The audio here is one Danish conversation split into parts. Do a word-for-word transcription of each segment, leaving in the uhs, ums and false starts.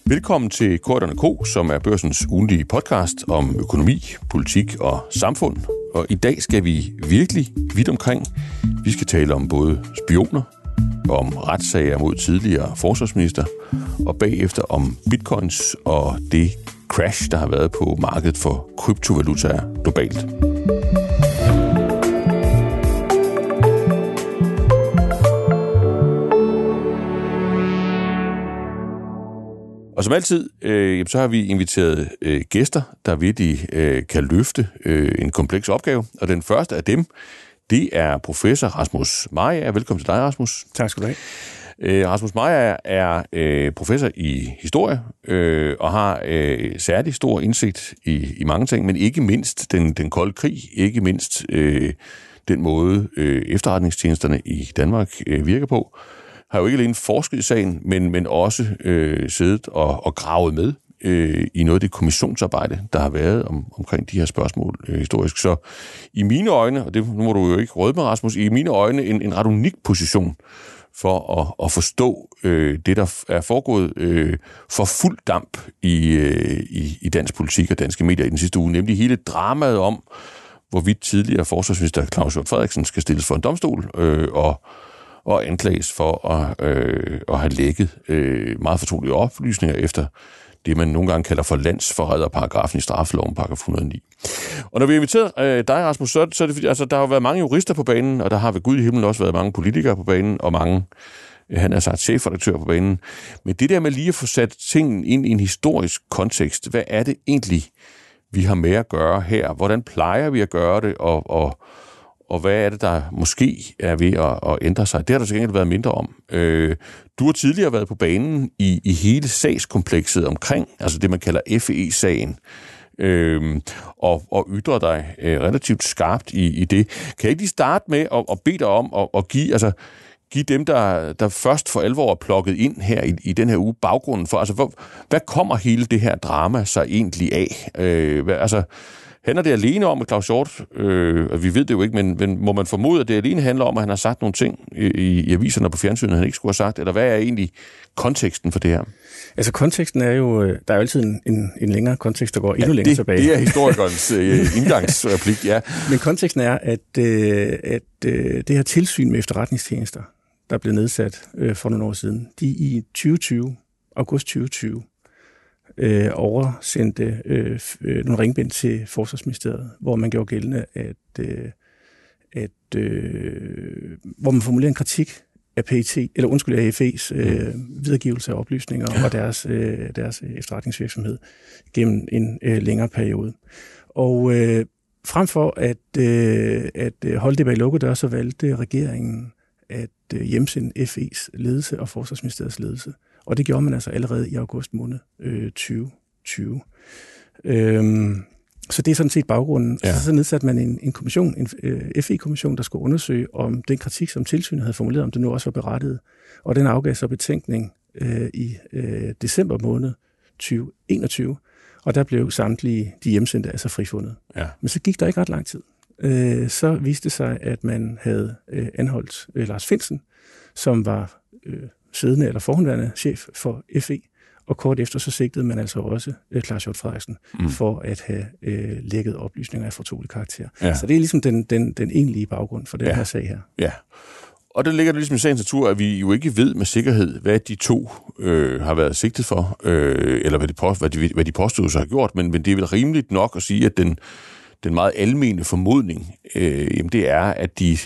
Velkommen til Korterne Ko, som er Børsens ugentlige podcast om økonomi, politik og samfund. Og i dag skal vi virkelig vidt omkring. Vi skal tale om både spioner, om retssager mod tidligere forsvarsminister, og bagefter om bitcoins og det crash, der har været på markedet for kryptovalutaer globalt. Og som altid, øh, så har vi inviteret øh, gæster, der virkelig øh, kan løfte øh, en kompleks opgave. Og den første af dem, det er professor Rasmus Mariager. Velkommen til dig, Rasmus. Tak skal du have. Øh, Rasmus Mariager er øh, professor i historie øh, og har øh, særlig stor indsigt i, i mange ting, men ikke mindst den, den kolde krig, ikke mindst øh, den måde øh, efterretningstjenesterne i Danmark øh, virker på. Har jo ikke alene forsket i sagen, men, men også øh, siddet og, og gravet med øh, i noget af det kommissionsarbejde, der har været om, omkring de her spørgsmål øh, historisk. Så i mine øjne, og det nu må du jo ikke råde med, Rasmus, i mine øjne en, en ret unik position for at, at forstå øh, det, der er foregået øh, for fuld damp i, øh, i, i dansk politik og danske medier i den sidste uge, nemlig hele dramaet om, hvorvidt tidligere forsvarsminister Claus Hjort Frederiksen skal stilles for en domstol øh, og og anklages for at, øh, at have lækket øh, meget fortrolige oplysninger efter det, man nogle gange kalder for landsforræderparagrafen i straffeloven, paragraf et hundrede og ni. Og når vi har inviteret øh, dig, Rasmus, så, så er det fordi, altså, der har jo været mange jurister på banen, og der har ved Gud i himlen også været mange politikere på banen, og mange, øh, han er sagt, chefredaktører på banen. Men det der med lige at få sat tingene ind i en historisk kontekst, hvad er det egentlig, vi har med at gøre her? Hvordan plejer vi at gøre det, og, og Og hvad er det, der måske er ved at, at ændre sig? Det har der til gengæld været mindre om. Øh, du har tidligere været på banen i, i hele sagskomplekset omkring, altså det, man kalder F E-sagen, øh, og, og ytrer dig øh, relativt skarpt i, i det. Kan jeg ikke lige starte med at, at bede dig om at, at give, altså, give dem, der, der først for alvor er plukket ind her i, i den her uge, baggrunden for, altså hvor, hvad kommer hele det her drama sig egentlig af? Øh, hvad, altså... Handler det alene om, at Claus Hjort, øh, vi ved det jo ikke, men, men må man formode, at det alene handler om, at han har sagt nogle ting i, i aviserne på fjernsynet, han ikke skulle have sagt, eller hvad er egentlig konteksten for det her? Altså konteksten er jo, der er jo altid en, en, en længere kontekst, der går endnu ja, længere det, tilbage. Det er historikernes øh, indgangsreplik, ja. Men konteksten er, at, øh, at øh, det her tilsyn med efterretningstjenester, der blev nedsat øh, for nogle år siden, de i tyve tyve, august tyve tyve, Øh, oversendte øh, øh, nogle ringbind til Forsvarsministeriet, hvor man gjorde gældende, at, øh, at øh, hvor man formulerede en kritik af P E T, eller undskyld, af F E's øh, videregivelse af oplysninger ja. og deres, øh, deres efterretningsvirksomhed gennem en øh, længere periode. Og øh, frem for at, øh, at holde det bag lukkede døre, så valgte regeringen at øh, hjemsende F E's ledelse og Forsvarsministeriets ledelse. Og det gjorde man altså allerede i august måned øh, tyve tyve. Øhm, så det er sådan set baggrunden. Ja. Så, så nedsatte man en, en kommission, en øh, F E-kommission, der skulle undersøge, om den kritik, som tilsynet havde formuleret, om det nu også var berettiget. Og den afgav så betænkning øh, i øh, december måned tyve enogtyve, og der blev samtlige de hjemsendte altså frifundet. Ja. Men så gik der ikke ret lang tid. Øh, så viste det sig, at man havde øh, anholdt øh, Lars Findsen, som var øh, siddende eller forhåndværende chef for F E, og kort efter så sigtede man altså også øh, Claus Hjort Frederiksen mm. for at have øh, lækket oplysninger af fortrolig karakter. Ja. Så det er ligesom den, den, den egentlige baggrund for den ja. her sag her. Ja, og der ligger det ligesom i sagens natur, at vi jo ikke ved med sikkerhed, hvad de to øh, har været sigtet for, øh, eller hvad de, post, hvad de, hvad de påstod sig har gjort, men, men det er vel rimeligt nok at sige, at den, den meget almene formodning, øh, jamen det er, at de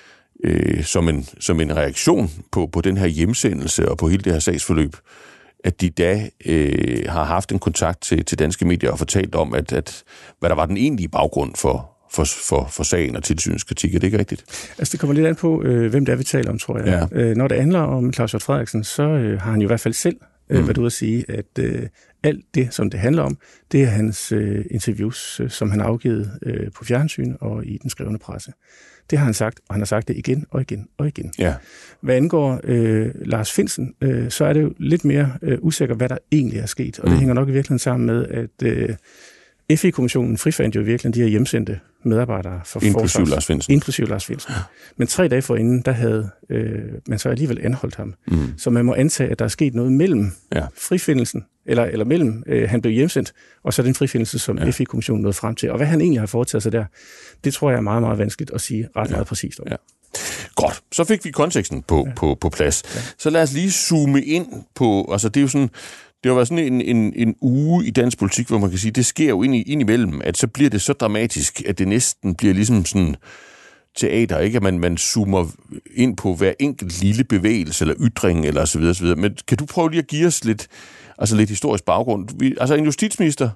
Øh, som, en, som en reaktion på, på den her hjemsendelse og på hele det her sagsforløb, at de da øh, har haft en kontakt til, til danske medier og fortalt om, at, at hvad der var den egentlige baggrund for, for, for, for sagen og tilsynets kritik. Er det ikke rigtigt? Altså det kommer lidt an på, øh, hvem det er, vi taler om, tror jeg. Ja. Øh, når det handler om Claus Hjort Frederiksen, så øh, har han jo i hvert fald selv øh, mm. været ude at sige, at øh, alt det, som det handler om, det er hans øh, interviews, øh, som han har afgivet øh, på fjernsyn og i den skrevne presse. Det har han sagt, og han har sagt det igen og igen og igen. Ja. Hvad angår øh, Lars Findsen, øh, så er det jo lidt mere øh, usikkert, hvad der egentlig er sket. Og mm. det hænger nok i virkeligheden sammen med, at øh, F E-kommissionen frifandt jo virkelig de her hjemsendte medarbejdere for inklusive Lars Findsen. Inklusive Lars Findsen. Men tre dage forinden, der havde øh, man så alligevel anholdt ham. Mm. Så man må antage, at der er sket noget mellem ja. frifindelsen, eller, eller mellem øh, han blev hjemsendt, og så den frifindelse, som ja. F E-kommissionen nåede frem til. Og hvad han egentlig har foretaget sig der, det tror jeg er meget, meget vanskeligt at sige ret ja. meget præcist om. Ja. Godt, så fik vi konteksten på, ja. på, på plads. Ja. Så lad os lige zoome ind på, altså det er jo sådan, det har været sådan en, en, en uge i dansk politik, hvor man kan sige, det sker jo ind, i, ind imellem, at så bliver det så dramatisk, at det næsten bliver ligesom sådan teater, ikke? At man, man zoomer ind på hver enkelt lille bevægelse, eller ytring, eller så videre, så videre. Men kan du prøve lige at give os lidt, altså lidt historisk baggrund? Vi, altså en justitsminister,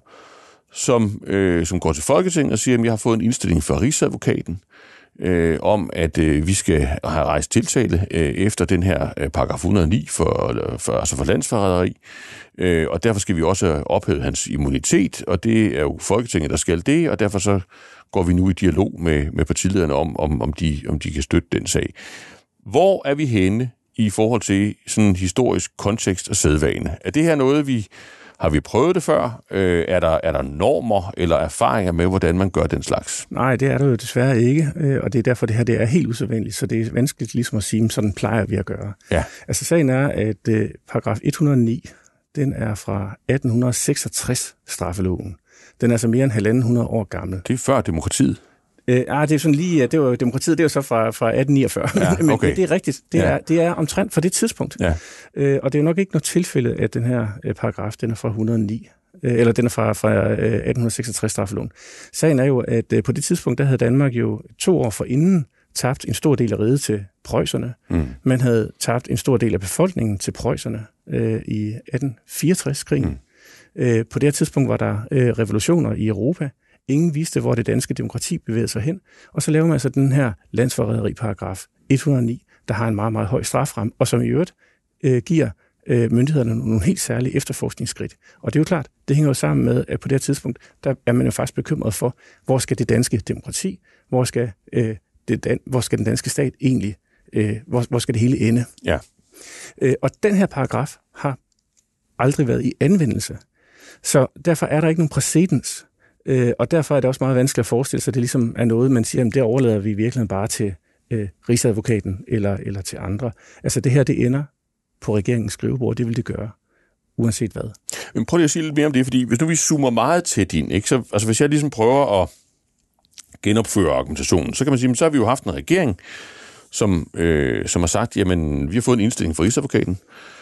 som, øh, som går til Folketinget og siger, at jeg har fået en indstilling fra Rigsadvokaten, Øh, om, at øh, vi skal have rejst tiltale øh, efter den her øh, paragraf et hundrede og ni for, for, altså for landsforræderi, øh, og derfor skal vi også ophæve hans immunitet, og det er jo Folketinget, der skal det, og derfor så går vi nu i dialog med, med partilederne om, om, om, de, om de kan støtte den sag. Hvor er vi henne i forhold til sådan en historisk kontekst og sædvane? Er det her noget, vi har vi prøvet det før? Øh, er, der, er der normer eller erfaringer med, hvordan man gør den slags? Nej, det er der jo desværre ikke, og det er derfor, det her det er helt usædvanligt, så det er vanskeligt ligesom at sige, sådan plejer vi at gøre. Ja. Altså sagen er, at øh, paragraf et hundrede og ni, den er fra atten seksogtres straffeloven. Den er altså mere end halvanden hundrede år gammel. Det er før demokratiet. Øh, ah, det er sådan lige, det var demokratiet, det var så fra, fra atten niogfyrre, ja, okay. Men det er rigtigt, det, ja. er, det er omtrent fra det tidspunkt. Ja. Øh, og det er jo nok ikke noget tilfælde, at den her øh, paragraf, den er fra et hundrede og ni, øh, eller den er fra, fra øh, atten seksogtres straffeloven. Sagen er jo, at øh, på det tidspunkt, der havde Danmark jo to år forinden tabt en stor del af riget til preusserne. Mm. Man havde tabt en stor del af befolkningen til preusserne øh, i atten fireogtres-krigen. Mm. Øh, på det her tidspunkt var der øh, revolutioner i Europa. Ingen vidste, hvor det danske demokrati bevægede sig hen. Og så laver man altså den her landsforræderi-paragraf et hundrede og ni, der har en meget, meget høj straframme, og som i øvrigt øh, giver øh, myndighederne nogle helt særlige efterforskningsskridt. Og det er jo klart, det hænger jo sammen med, at på det her tidspunkt, der er man jo faktisk bekymret for, hvor skal det danske demokrati, hvor skal, øh, det dan- hvor skal den danske stat egentlig, øh, hvor, hvor skal det hele ende? Ja. Øh, og den her paragraf har aldrig været i anvendelse. Så derfor er der ikke nogen præcedens. Øh, og derfor er det også meget vanskeligt at forestille sig, at det ligesom er noget, man siger, at det overlader vi virkelig bare til øh, Rigsadvokaten eller, eller til andre. Altså det her, det ender på regeringens skrivebord, det vil det gøre, uanset hvad. Men prøv lige at sige lidt mere om det, fordi hvis nu vi zoomer meget tæt ind, ikke, så altså hvis jeg ligesom prøver at genopføre argumentationen, så kan man sige, så har vi jo haft en regering, som, øh, som har sagt, jamen vi har fået en indstilling fra Rigsadvokaten,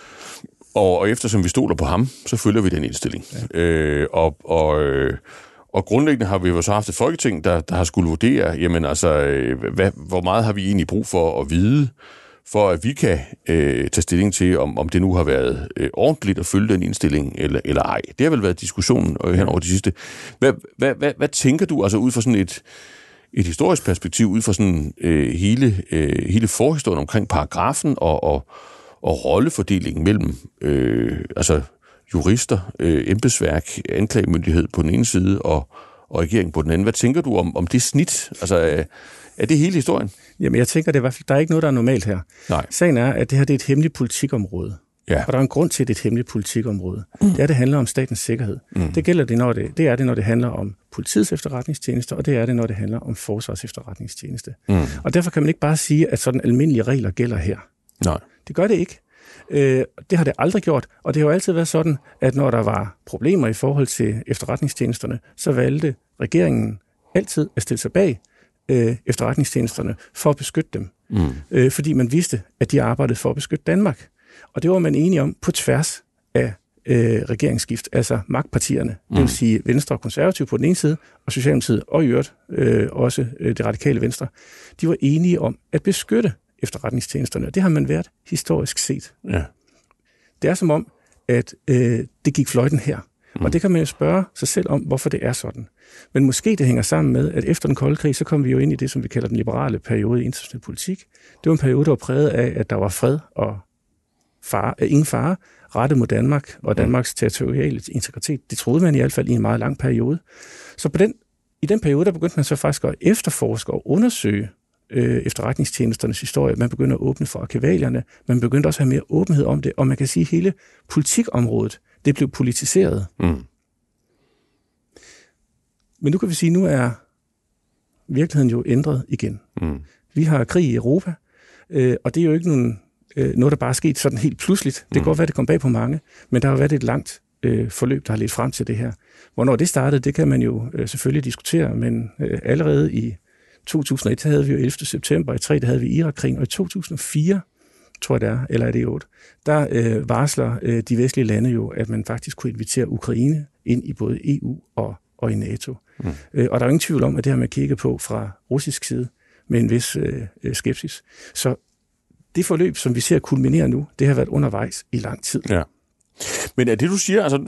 og, og eftersom vi stoler på ham, så følger vi den indstilling. Ja. Øh, og og øh, Og grundlæggende har vi jo så haft et folketing, der, der har skulle vurdere, jamen altså, hvad, hvor meget har vi egentlig brug for at vide, for at vi kan øh, tage stilling til, om, om det nu har været øh, ordentligt at følge den indstilling, eller, eller ej. Det har vel været diskussionen øh, hen over de sidste. Hvad, hvad, hvad, hvad tænker du, altså ud fra sådan et, et historisk perspektiv, ud fra sådan øh, hele, øh, hele forhistorien omkring paragrafen og, og, og rollefordelingen mellem, øh, altså, jurister, øh, embedsværk, anklagemyndighed på den ene side og, og regeringen på den anden. Hvad tænker du om, om det snit? Altså, er, er det hele historien? Jamen, jeg tænker, det er i hvert fald, der er ikke noget, der er normalt her. Nej. Sagen er, at det her det er et hemmeligt politikområde. Ja. Og der er en grund til, at det er et hemmeligt politikområde. Mm. Det er, det handler om statens sikkerhed. Mm. Det gælder det, når det, det er det, når det handler om politiets efterretningstjeneste, og det er det, når det handler om forsvars efterretningstjeneste. Mm. Og derfor kan man ikke bare sige, at sådan almindelige regler gælder her. Nej. Det gør det ikke. Øh, det har det aldrig gjort, og det har jo altid været sådan, at når der var problemer i forhold til efterretningstjenesterne, så valgte regeringen altid at stille sig bag øh, efterretningstjenesterne for at beskytte dem. Mm. Øh, fordi man vidste, at de arbejdede for at beskytte Danmark. Og det var man enige om på tværs af øh, regeringsskift, altså magtpartierne, mm. det vil sige Venstre og Konservative på den ene side, og Socialdemokratiet og i øvrigt øh, også øh, det radikale Venstre. De var enige om at beskytte efterretningstjenesterne. Det har man været historisk set. Ja. Det er som om, at øh, det gik fløjten her. Mm. Og det kan man jo spørge sig selv om, hvorfor det er sådan. Men måske det hænger sammen med, at efter den kolde krig, så kom vi jo ind i det, som vi kalder den liberale periode i international politik. Det var en periode, der var præget af, at der var fred og fare, øh, ingen fare rettet mod Danmark og Danmarks territoriale integritet. Det troede man i hvert fald i en meget lang periode. Så på den, i den periode, der begyndte man så faktisk at efterforske og undersøge efterretningstjenesternes historie. Man begynder at åbne for arkivalierne. Man begyndte også at have mere åbenhed om det, og man kan sige, at hele politikområdet, det blev politiseret. Mm. Men nu kan vi sige, at nu er virkeligheden jo ændret igen. Mm. Vi har krig i Europa, øh, og det er jo ikke nogen, øh, noget, der bare er sket sådan helt pludseligt. Det kan mm. godt være, det kom bag på mange, men der har været et langt øh, forløb, der har ledt frem til det her. Hvornår det startede, det kan man jo øh, selvfølgelig diskutere, men øh, allerede i to tusind og et havde vi jo ellevte september, i tre der havde vi Irak-krigen, og i to tusind og fire, tror jeg det er, eller er det i otte, der øh, varsler øh, de vestlige lande jo, at man faktisk kunne invitere Ukraine ind i både E U og, og i NATO. Mm. Øh, og der er jo ingen tvivl om, at det har man kigget på fra russisk side med en vis øh, skepsis. Så det forløb, som vi ser kulminere nu, det har været undervejs i lang tid. Ja. Men er det, du siger, altså,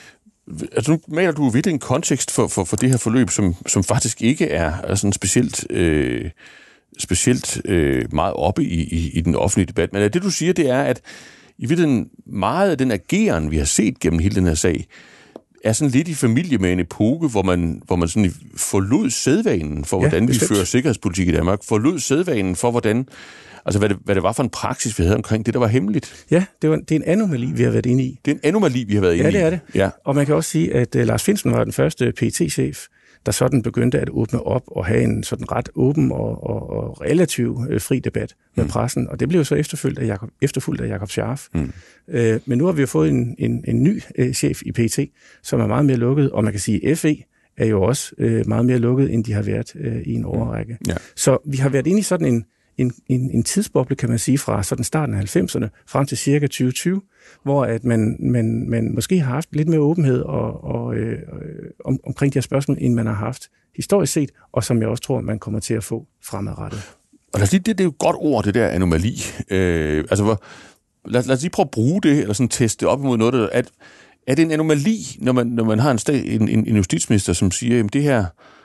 altså nu maler du virkelig en kontekst for, for, for det her forløb, som, som faktisk ikke er, er sådan specielt, øh, specielt øh, meget oppe i, i, i den offentlige debat. Men er det, du siger, det er, at i virkeligheden meget af den ageren, vi har set gennem hele den her sag, er sådan lidt i familie med en epoke, hvor man, hvor man sådan forlod sædvanen for, hvordan ja, vi fører sikkerhedspolitik i Danmark, forlod sædvanen for, hvordan, altså hvad det, hvad det var for en praksis, vi havde omkring det, der var hemmeligt. Ja, det, var, det er en anomali, vi har været inde i. Det er en anomali, vi har været inde i. Ja, det er det. Ja. Og man kan også sige, at uh, Lars Findsen var den første P E T-chef, der sådan begyndte at åbne op og have en sådan ret åben og, og, og relativt øh, fri debat med mm. pressen. Og det blev så efterfulgt af Jakob, efterfulgt af Jakob Scharf. Mm. Øh, men nu har vi jo fået en, en, en ny øh, chef i P E T, som er meget mere lukket. Og man kan sige, at F E er jo også øh, meget mere lukket, end de har været øh, i en årrække. Mm. Ja. Så vi har været inde i sådan en, en, en, en tidsboble, kan man sige, fra sådan starten af halvfemserne frem til cirka tyve tyve, hvor at man, man, man måske har haft lidt mere åbenhed og, og, øh, om, omkring de her spørgsmål, end man har haft historisk set, og som jeg også tror, man kommer til at få fremadrettet. Og lad os lige, det, det er jo et godt ord, det der anomali. Øh, altså, hvor, lad, lad os lige prøve at bruge det, eller sådan teste det op imod noget, der, at, er det en anomali, når man, når man har en, stat, en, en, en justitsminister, som siger, at det her,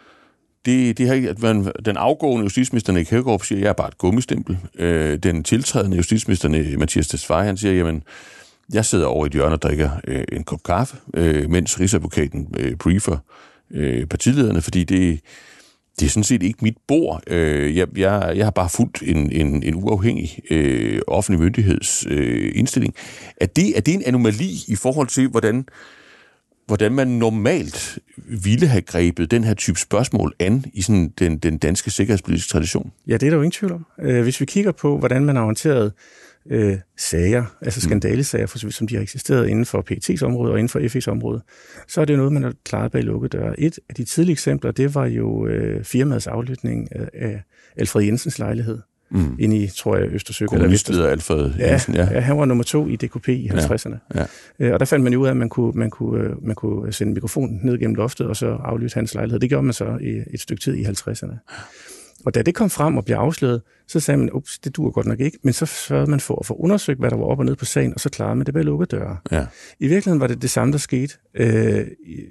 det, det her, at man, den afgående justitsminister Nick Hækkerup siger, at jeg er bare et gummistempel. Øh, den tiltrædende justitsminister Mathias Tesfaye, han siger, jamen, jeg sidder over i et hjørne og drikker øh, en kop kaffe, øh, mens rigsadvokaten øh, briefer øh, partilederne, fordi det, det er sådan set ikke mit bord. Øh, jeg, jeg, jeg har bare fulgt en, en, en uafhængig øh, offentlig myndigheds øh, indstilling. Er det, er det en anomali i forhold til, hvordan, hvordan man normalt ville have grebet den her type spørgsmål an i sådan den, den danske sikkerhedspolitiske tradition? Ja, det er der jo ingen tvivl om. Hvis vi kigger på, hvordan man har håndteret Øh, sager, altså skandalesager, for så vidt som de har eksisteret inden for P E T's område og inden for F E's område, så er det noget, man har klaret bag lukkede døre. Et af de tidlige eksempler, det var jo øh, firmaets aflytning af, af Alfred Jensens lejlighed, mm. inde i, tror jeg, Østersø. Kommunistleder Alfred Jensen, ja. ja. Ja, han var nummer to i D K P i halvtredserne. Ja, ja. Og der fandt man jo ud af, at man kunne, man, kunne, man kunne sende mikrofonen ned gennem loftet, og så aflytte hans lejlighed. Det gjorde man så i et stykke tid i halvtredserne. Og da det kom frem og blev afsløret, så sagde man, ups, det duer godt nok ikke, men så sørgede man for at få undersøgt, hvad der var op og ned på sagen, og så klarede man det bag lukkede døre. Ja. I virkeligheden var det det samme, der skete øh,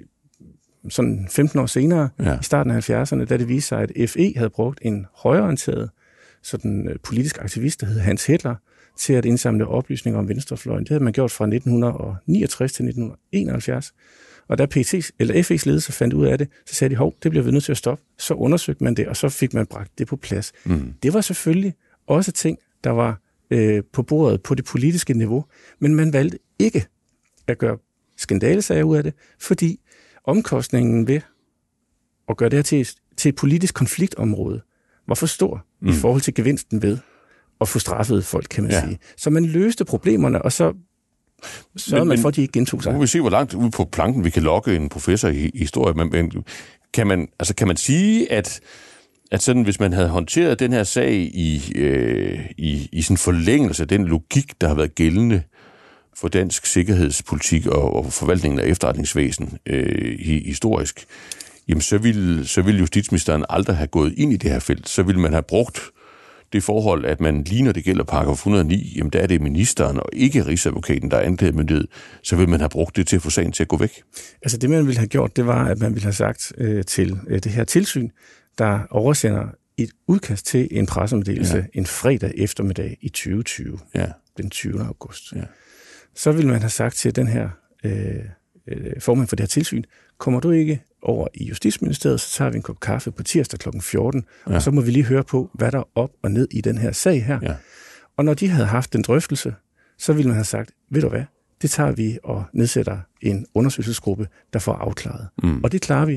sådan femten år senere, ja. I starten af halvfjerdserne, da det viste sig, at F E havde brugt en højreorienteret sådan, uh, politisk aktivist, der hed Hans Hetler, til at indsamle oplysninger om venstrefløjen. Det havde man gjort fra nitten niogtres til nitten enoghalvfjerds. Og da P E T's, eller F E's ledelse fandt ud af det, så sagde de, hov, det bliver vi nødt til at stoppe. Så undersøgte man det, og så fik man bragt det på plads. Mm. Det var selvfølgelig også ting, der var øh, på bordet på det politiske niveau, men man valgte ikke at gøre skandalesager ud af det, fordi omkostningen ved at gøre det her til, til et politisk konfliktområde var for stor mm. i forhold til gevinsten ved at få straffet folk, kan man ja. sige. Så man løste problemerne, og så Så men, man for, at de ikke gentog sig. Nu vil vi se, hvor langt ude på planken vi kan lokke en professor i historie. Men, men kan, man, altså, kan man sige, at, at sådan, hvis man havde håndteret den her sag i, øh, i, i sådan forlængelse af den logik, der har været gældende for dansk sikkerhedspolitik og, og forvaltningen af efterretningsvæsen øh, historisk, jamen så ville, så ville justitsministeren aldrig have gået ind i det her felt. Så ville man have brugt det forhold, at man lige når det gælder paragraf et hundrede og ni, jamen der er det ministeren og ikke rigsadvokaten, der er anklagemyndighed, så vil man have brugt det til at få sagen til at gå væk. Altså det, man ville have gjort, det var, at man ville have sagt øh, til øh, det her tilsyn, der oversender et udkast til en pressemeddelelse ja. en fredag eftermiddag i tyve tyve, ja. den tyvende august. Ja. Så ville man have sagt til den her øh, øh, formand for det her tilsyn, kommer du ikke over i Justitsministeriet, så tager vi en kop kaffe på tirsdag klokken fjorten, ja. og så må vi lige høre på, hvad der er op og ned i den her sag her. Ja. Og når de havde haft en drøftelse, så ville man have sagt, ved du hvad, det tager vi og nedsætter en undersøgelsesgruppe, der får afklaret. Mm. Og det klarer vi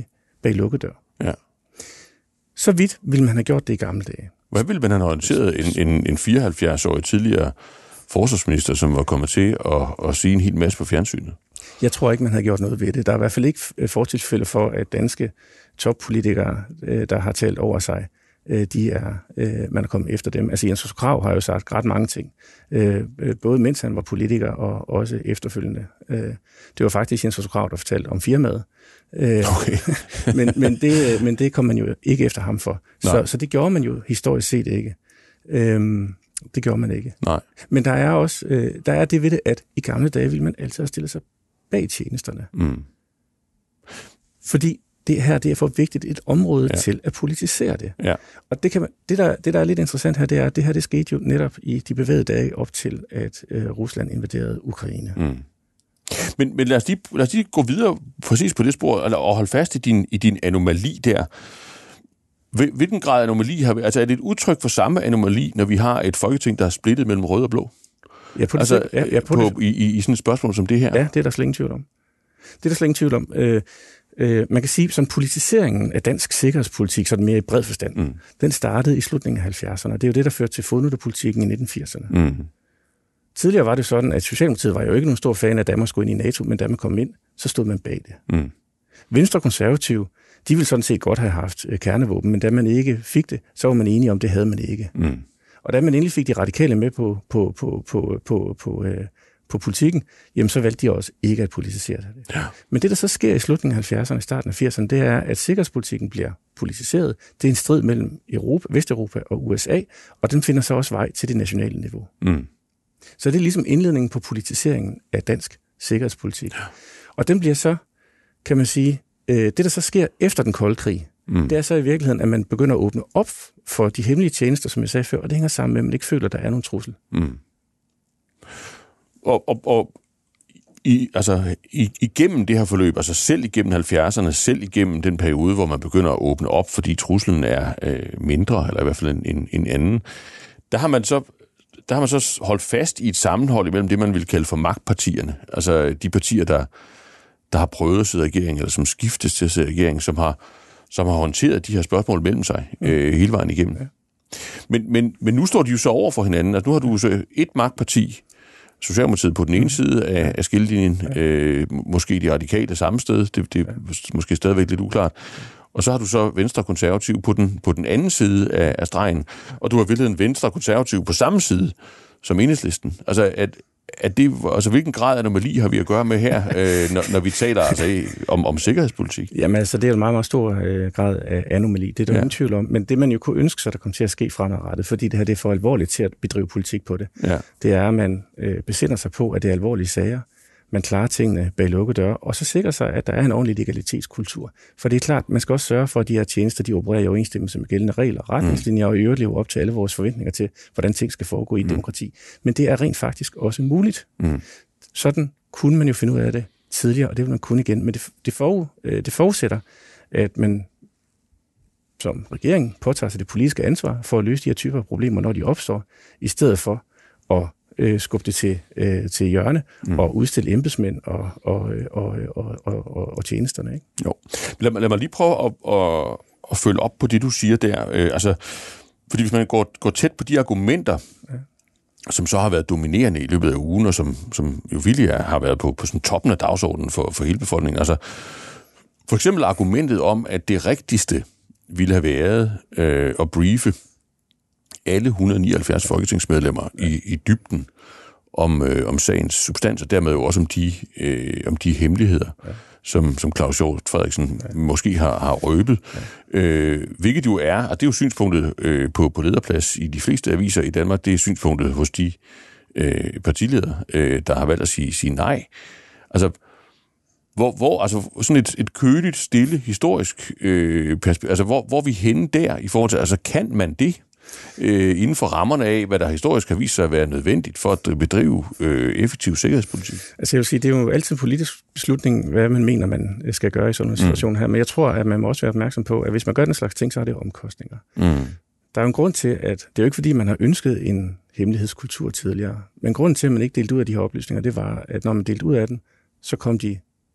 bag lukket dør. Ja. Så vidt ville man have gjort det i gamle dage. Hvad ville man have orienteret en, en, en fireoghalvfjerds-årig tidligere forsvarsminister, som var kommet til at, at sige en hel masse på fjernsynet? Jeg tror ikke, man havde gjort noget ved det. Der er i hvert fald ikke fortilfælde for, at danske toppolitikere, der har talt over sig, de er, man er kommet efter dem. Altså Jens Otto Krag har jo sagt ret mange ting, både mens han var politiker og også efterfølgende. Det var faktisk Jens Otto Krag, der fortalte om firmaet. Okay. men, men, det, men det kom man jo ikke efter ham for. Så, så det gjorde man jo historisk set ikke. Det gjorde man ikke. Nej. Men der er også der er det ved det, at i gamle dage ville man altid have stillet sig bag tjenesterne. Mm. Fordi det her det er for vigtigt et område ja. til at politisere det. Ja. Og det, kan man, det, der, det, der er lidt interessant her, det er, at det her det skete jo netop i de bevægede dage op til, at øh, Rusland invaderede Ukraine. Mm. Men, men lad, os lige, lad os lige gå videre præcis på det spor, eller, og holde fast i din, i din anomali der. Hvilken grad anomali har vi? Altså er det et udtryk for samme anomali, når vi har et folketing, der er splittet mellem rød og blå? Ja, på det, altså, ja, ja, på på, det. I, i sådan et spørgsmål som det her? Ja, det er der slet ingen tvivl om. Det er der slet ingen tvivl om. Øh, øh, man kan sige, sådan politiseringen af dansk sikkerhedspolitik, sådan mere i bred forstand, mm. den startede i slutningen af halvfjerdserne. Det er jo det, der førte til fodnotepolitikken i nitten firserne. Mm. Tidligere var det sådan, at Socialdemokratiet var jo ikke nogen stor fan af, at Danmark skulle ind i NATO, men da man kom ind, så stod man bag det. Mm. Venstre og Konservative, de ville sådan set godt have haft kernevåben, men da man ikke fik det, så var man enige om, det havde man ikke. Mm. Og da man endelig fik de radikale med på, på, på, på, på, på, øh, på politikken, jamen så valgte de også ikke at politisere det. Ja. Men det, der så sker i slutningen af halvfjerdserne og starten af firserne, det er, at sikkerhedspolitikken bliver politiseret. Det er en strid mellem Europa, Vesteuropa og U S A, og den finder så også vej til det nationale niveau. Mm. Så det er ligesom indledningen på politiseringen af dansk sikkerhedspolitik. Ja. Og den bliver så, kan man sige, øh, det der så sker efter den kolde krig, mm. det er så i virkeligheden, at man begynder at åbne op for de hemmelige tjenester, som jeg sagde før, og det hænger sammen med, at man ikke føler, at der er nogen trussel. Mm. Og, og, og i, altså, i, igennem det her forløb, altså selv igennem halvfjerdserne, selv igennem den periode, hvor man begynder at åbne op, fordi truslen er øh, mindre, eller i hvert fald en, en, en anden, der har man så der har man så holdt fast i et sammenhold imellem det, man vil kalde for magtpartierne. Altså de partier, der, der har prøvet at sidde i regering, eller som skiftes til at sidde i regering, som har, som har håndteret de her spørgsmål mellem sig øh, hele vejen igennem. Ja. Men, men, men nu står de jo så over for hinanden. Altså nu har du så et magtparti, Socialdemokratiet på den ene side af, af skillelinjen, ja. øh, måske de radikale samme sted, det, det er ja. måske stadigvæk lidt uklart. Og så har du så Venstre og Konservativ på den, på den anden side af, af stregen, og du har vildt Venstre og Konservativ på samme side som Enhedslisten. Altså, at, at det, altså hvilken grad af anomali har vi at gøre med her, øh, når, når vi taler altså, om, om sikkerhedspolitik? Jamen altså, det er en meget, meget stor øh, grad af anomali, det er der ja. ingen tvivl om. Men det, man jo kunne ønske sig, der kommer til at ske fremadrettet, fordi det her det er for alvorligt til at bedrive politik på det, ja. det er, at man øh, besinder sig på, at det er alvorlige sager, man klarer tingene bag lukkede døre, og så sikrer sig, at der er en ordentlig legalitetskultur. For det er klart, man skal også sørge for, at de her tjenester, de opererer i overensstemmelse med gældende regler, retningslinjer, og i øvrigt lever op til alle vores forventninger til, hvordan ting skal foregå i et mm. demokrati. Men det er rent faktisk også muligt. Mm. Sådan kunne man jo finde ud af det tidligere, og det vil man kunne igen. Men det, det, for, det forudsætter, at man som regering påtager sig det politiske ansvar for at løse de her typer af problemer, når de opstår, i stedet for at Øh, skubbe det til, øh, til hjørne mm. og udstille embedsmænd og, og, og, og, og, og, og tjenesterne. Ikke? Jo. Lad, lad mig lige prøve at, at, at følge op på det, du siger der. Øh, altså, fordi hvis man går, går tæt på de argumenter, ja. som så har været dominerende i løbet af ugen, og som, som jo virkelig er, har været på, på sådan toppen af dagsordenen for, for hele befolkningen. Altså, for eksempel argumentet om, at det rigtigste ville have været øh, at briefe alle et hundrede og nioghalvfjerds folketingsmedlemmer ja. i, i dybden om, øh, om sagens substans, og dermed jo også om de, øh, om de hemmeligheder, ja. som, som Claus Hjort Frederiksen ja. måske har, har røbet. Ja. Øh, hvilket jo er, og det er jo synspunktet øh, på, på lederplads i de fleste aviser i Danmark, det er synspunktet hos de øh, partiledere, øh, der har valgt at sige, sige nej. Altså, hvor, hvor altså sådan et, et køligt, stille, historisk øh, perspektiv, altså hvor, hvor er vi henne der i forhold til, altså kan man det? Øh, inden for rammerne af, hvad der historisk har vist sig at være nødvendigt for at bedrive øh, effektiv sikkerhedspolitik? Altså jeg vil sige, det er jo altid en politisk beslutning, hvad man mener, man skal gøre i sådan en situation mm. her. Men jeg tror, at man må også være opmærksom på, at hvis man gør den slags ting, så har det omkostninger. Mm. Der er jo en grund til, at det er jo ikke fordi, man har ønsket en hemmelighedskultur tidligere. Men grunden til, at man ikke delte ud af de her oplysninger, det var, at når man delte ud af den, så kom de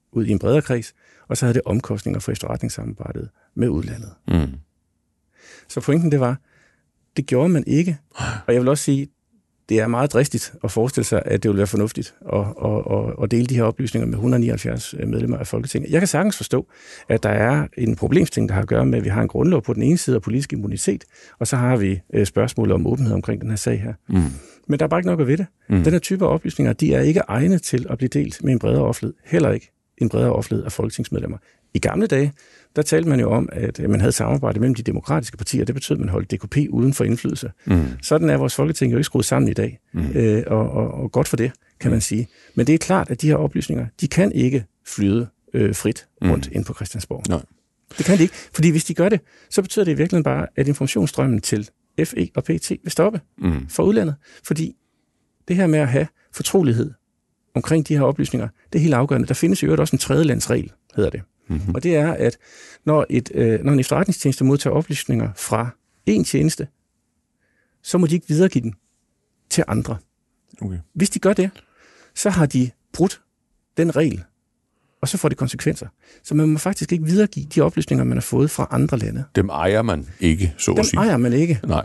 ud i en bredere kreds, og så havde det omkostninger for efterretningssamarbejdet med udlandet. Mm. Så pointen det var, det gjorde man ikke, og jeg vil også sige, det er meget dristigt at forestille sig, at det vil være fornuftigt at, at, at, at dele de her oplysninger med et hundrede og nioghalvfjerds medlemmer af Folketinget. Jeg kan sagtens forstå, at der er en problemstilling, der har at gøre med, at vi har en grundlov på den ene side af politisk immunitet, og så har vi spørgsmål om åbenhed omkring den her sag her. Mm. Men der er bare ikke nok at ved det. Mm. Den her type af oplysninger, de er ikke egnet til at blive delt med en bredere offentlighed. Heller ikke en bredere offentlighed af folketingsmedlemmer. I gamle dage, der talte man jo om, at man havde samarbejde mellem de demokratiske partier. Det betød, at man holdt D K P uden for indflydelse. Mm. Sådan er vores Folketing jo ikke skruet sammen i dag. Mm. Øh, og, og, og godt for det, kan mm. man sige. Men det er klart, at de her oplysninger, de kan ikke flyde øh, frit rundt mm. ind på Christiansborg. Nej. Det kan de ikke. Fordi hvis de gør det, så betyder det i virkeligheden bare, at informationsstrømmen til F E og P T vil stoppe mm. for udlandet. Fordi det her med at have fortrolighed omkring de her oplysninger, det er helt afgørende. Der findes jo også en tredjelandsregel, hedder det. Mm-hmm. Og det er, at når, et, øh, når en efterretningstjeneste modtager oplysninger fra en tjeneste, så må de ikke videregive den til andre. Okay. Hvis de gør det, så har de brudt den regel, og så får det konsekvenser. Så man må faktisk ikke videregive de oplysninger, man har fået fra andre lande. Dem ejer man ikke, så Dem at sige. Dem ejer man ikke. Nej.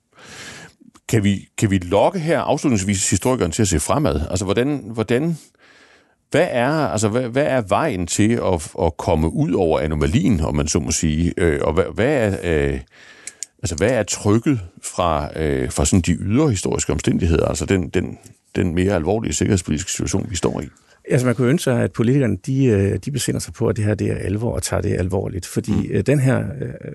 Kan vi, kan vi lokke her afslutningsvis historikeren til at se fremad? Altså, hvordan... hvordan Hvad er, altså, hvad, hvad er vejen til at, at komme ud over anomalien, om man så må sige? Øh, og hvad, hvad, er, øh, altså, hvad er trykket fra, øh, fra sådan de ydre historiske omstændigheder, altså den, den, den mere alvorlige sikkerhedspolitiske situation, vi står i? Altså, man kunne ønske sig, at politikerne de, de besinder sig på, at det her det er alvor og tager det alvorligt. Fordi mm. den her,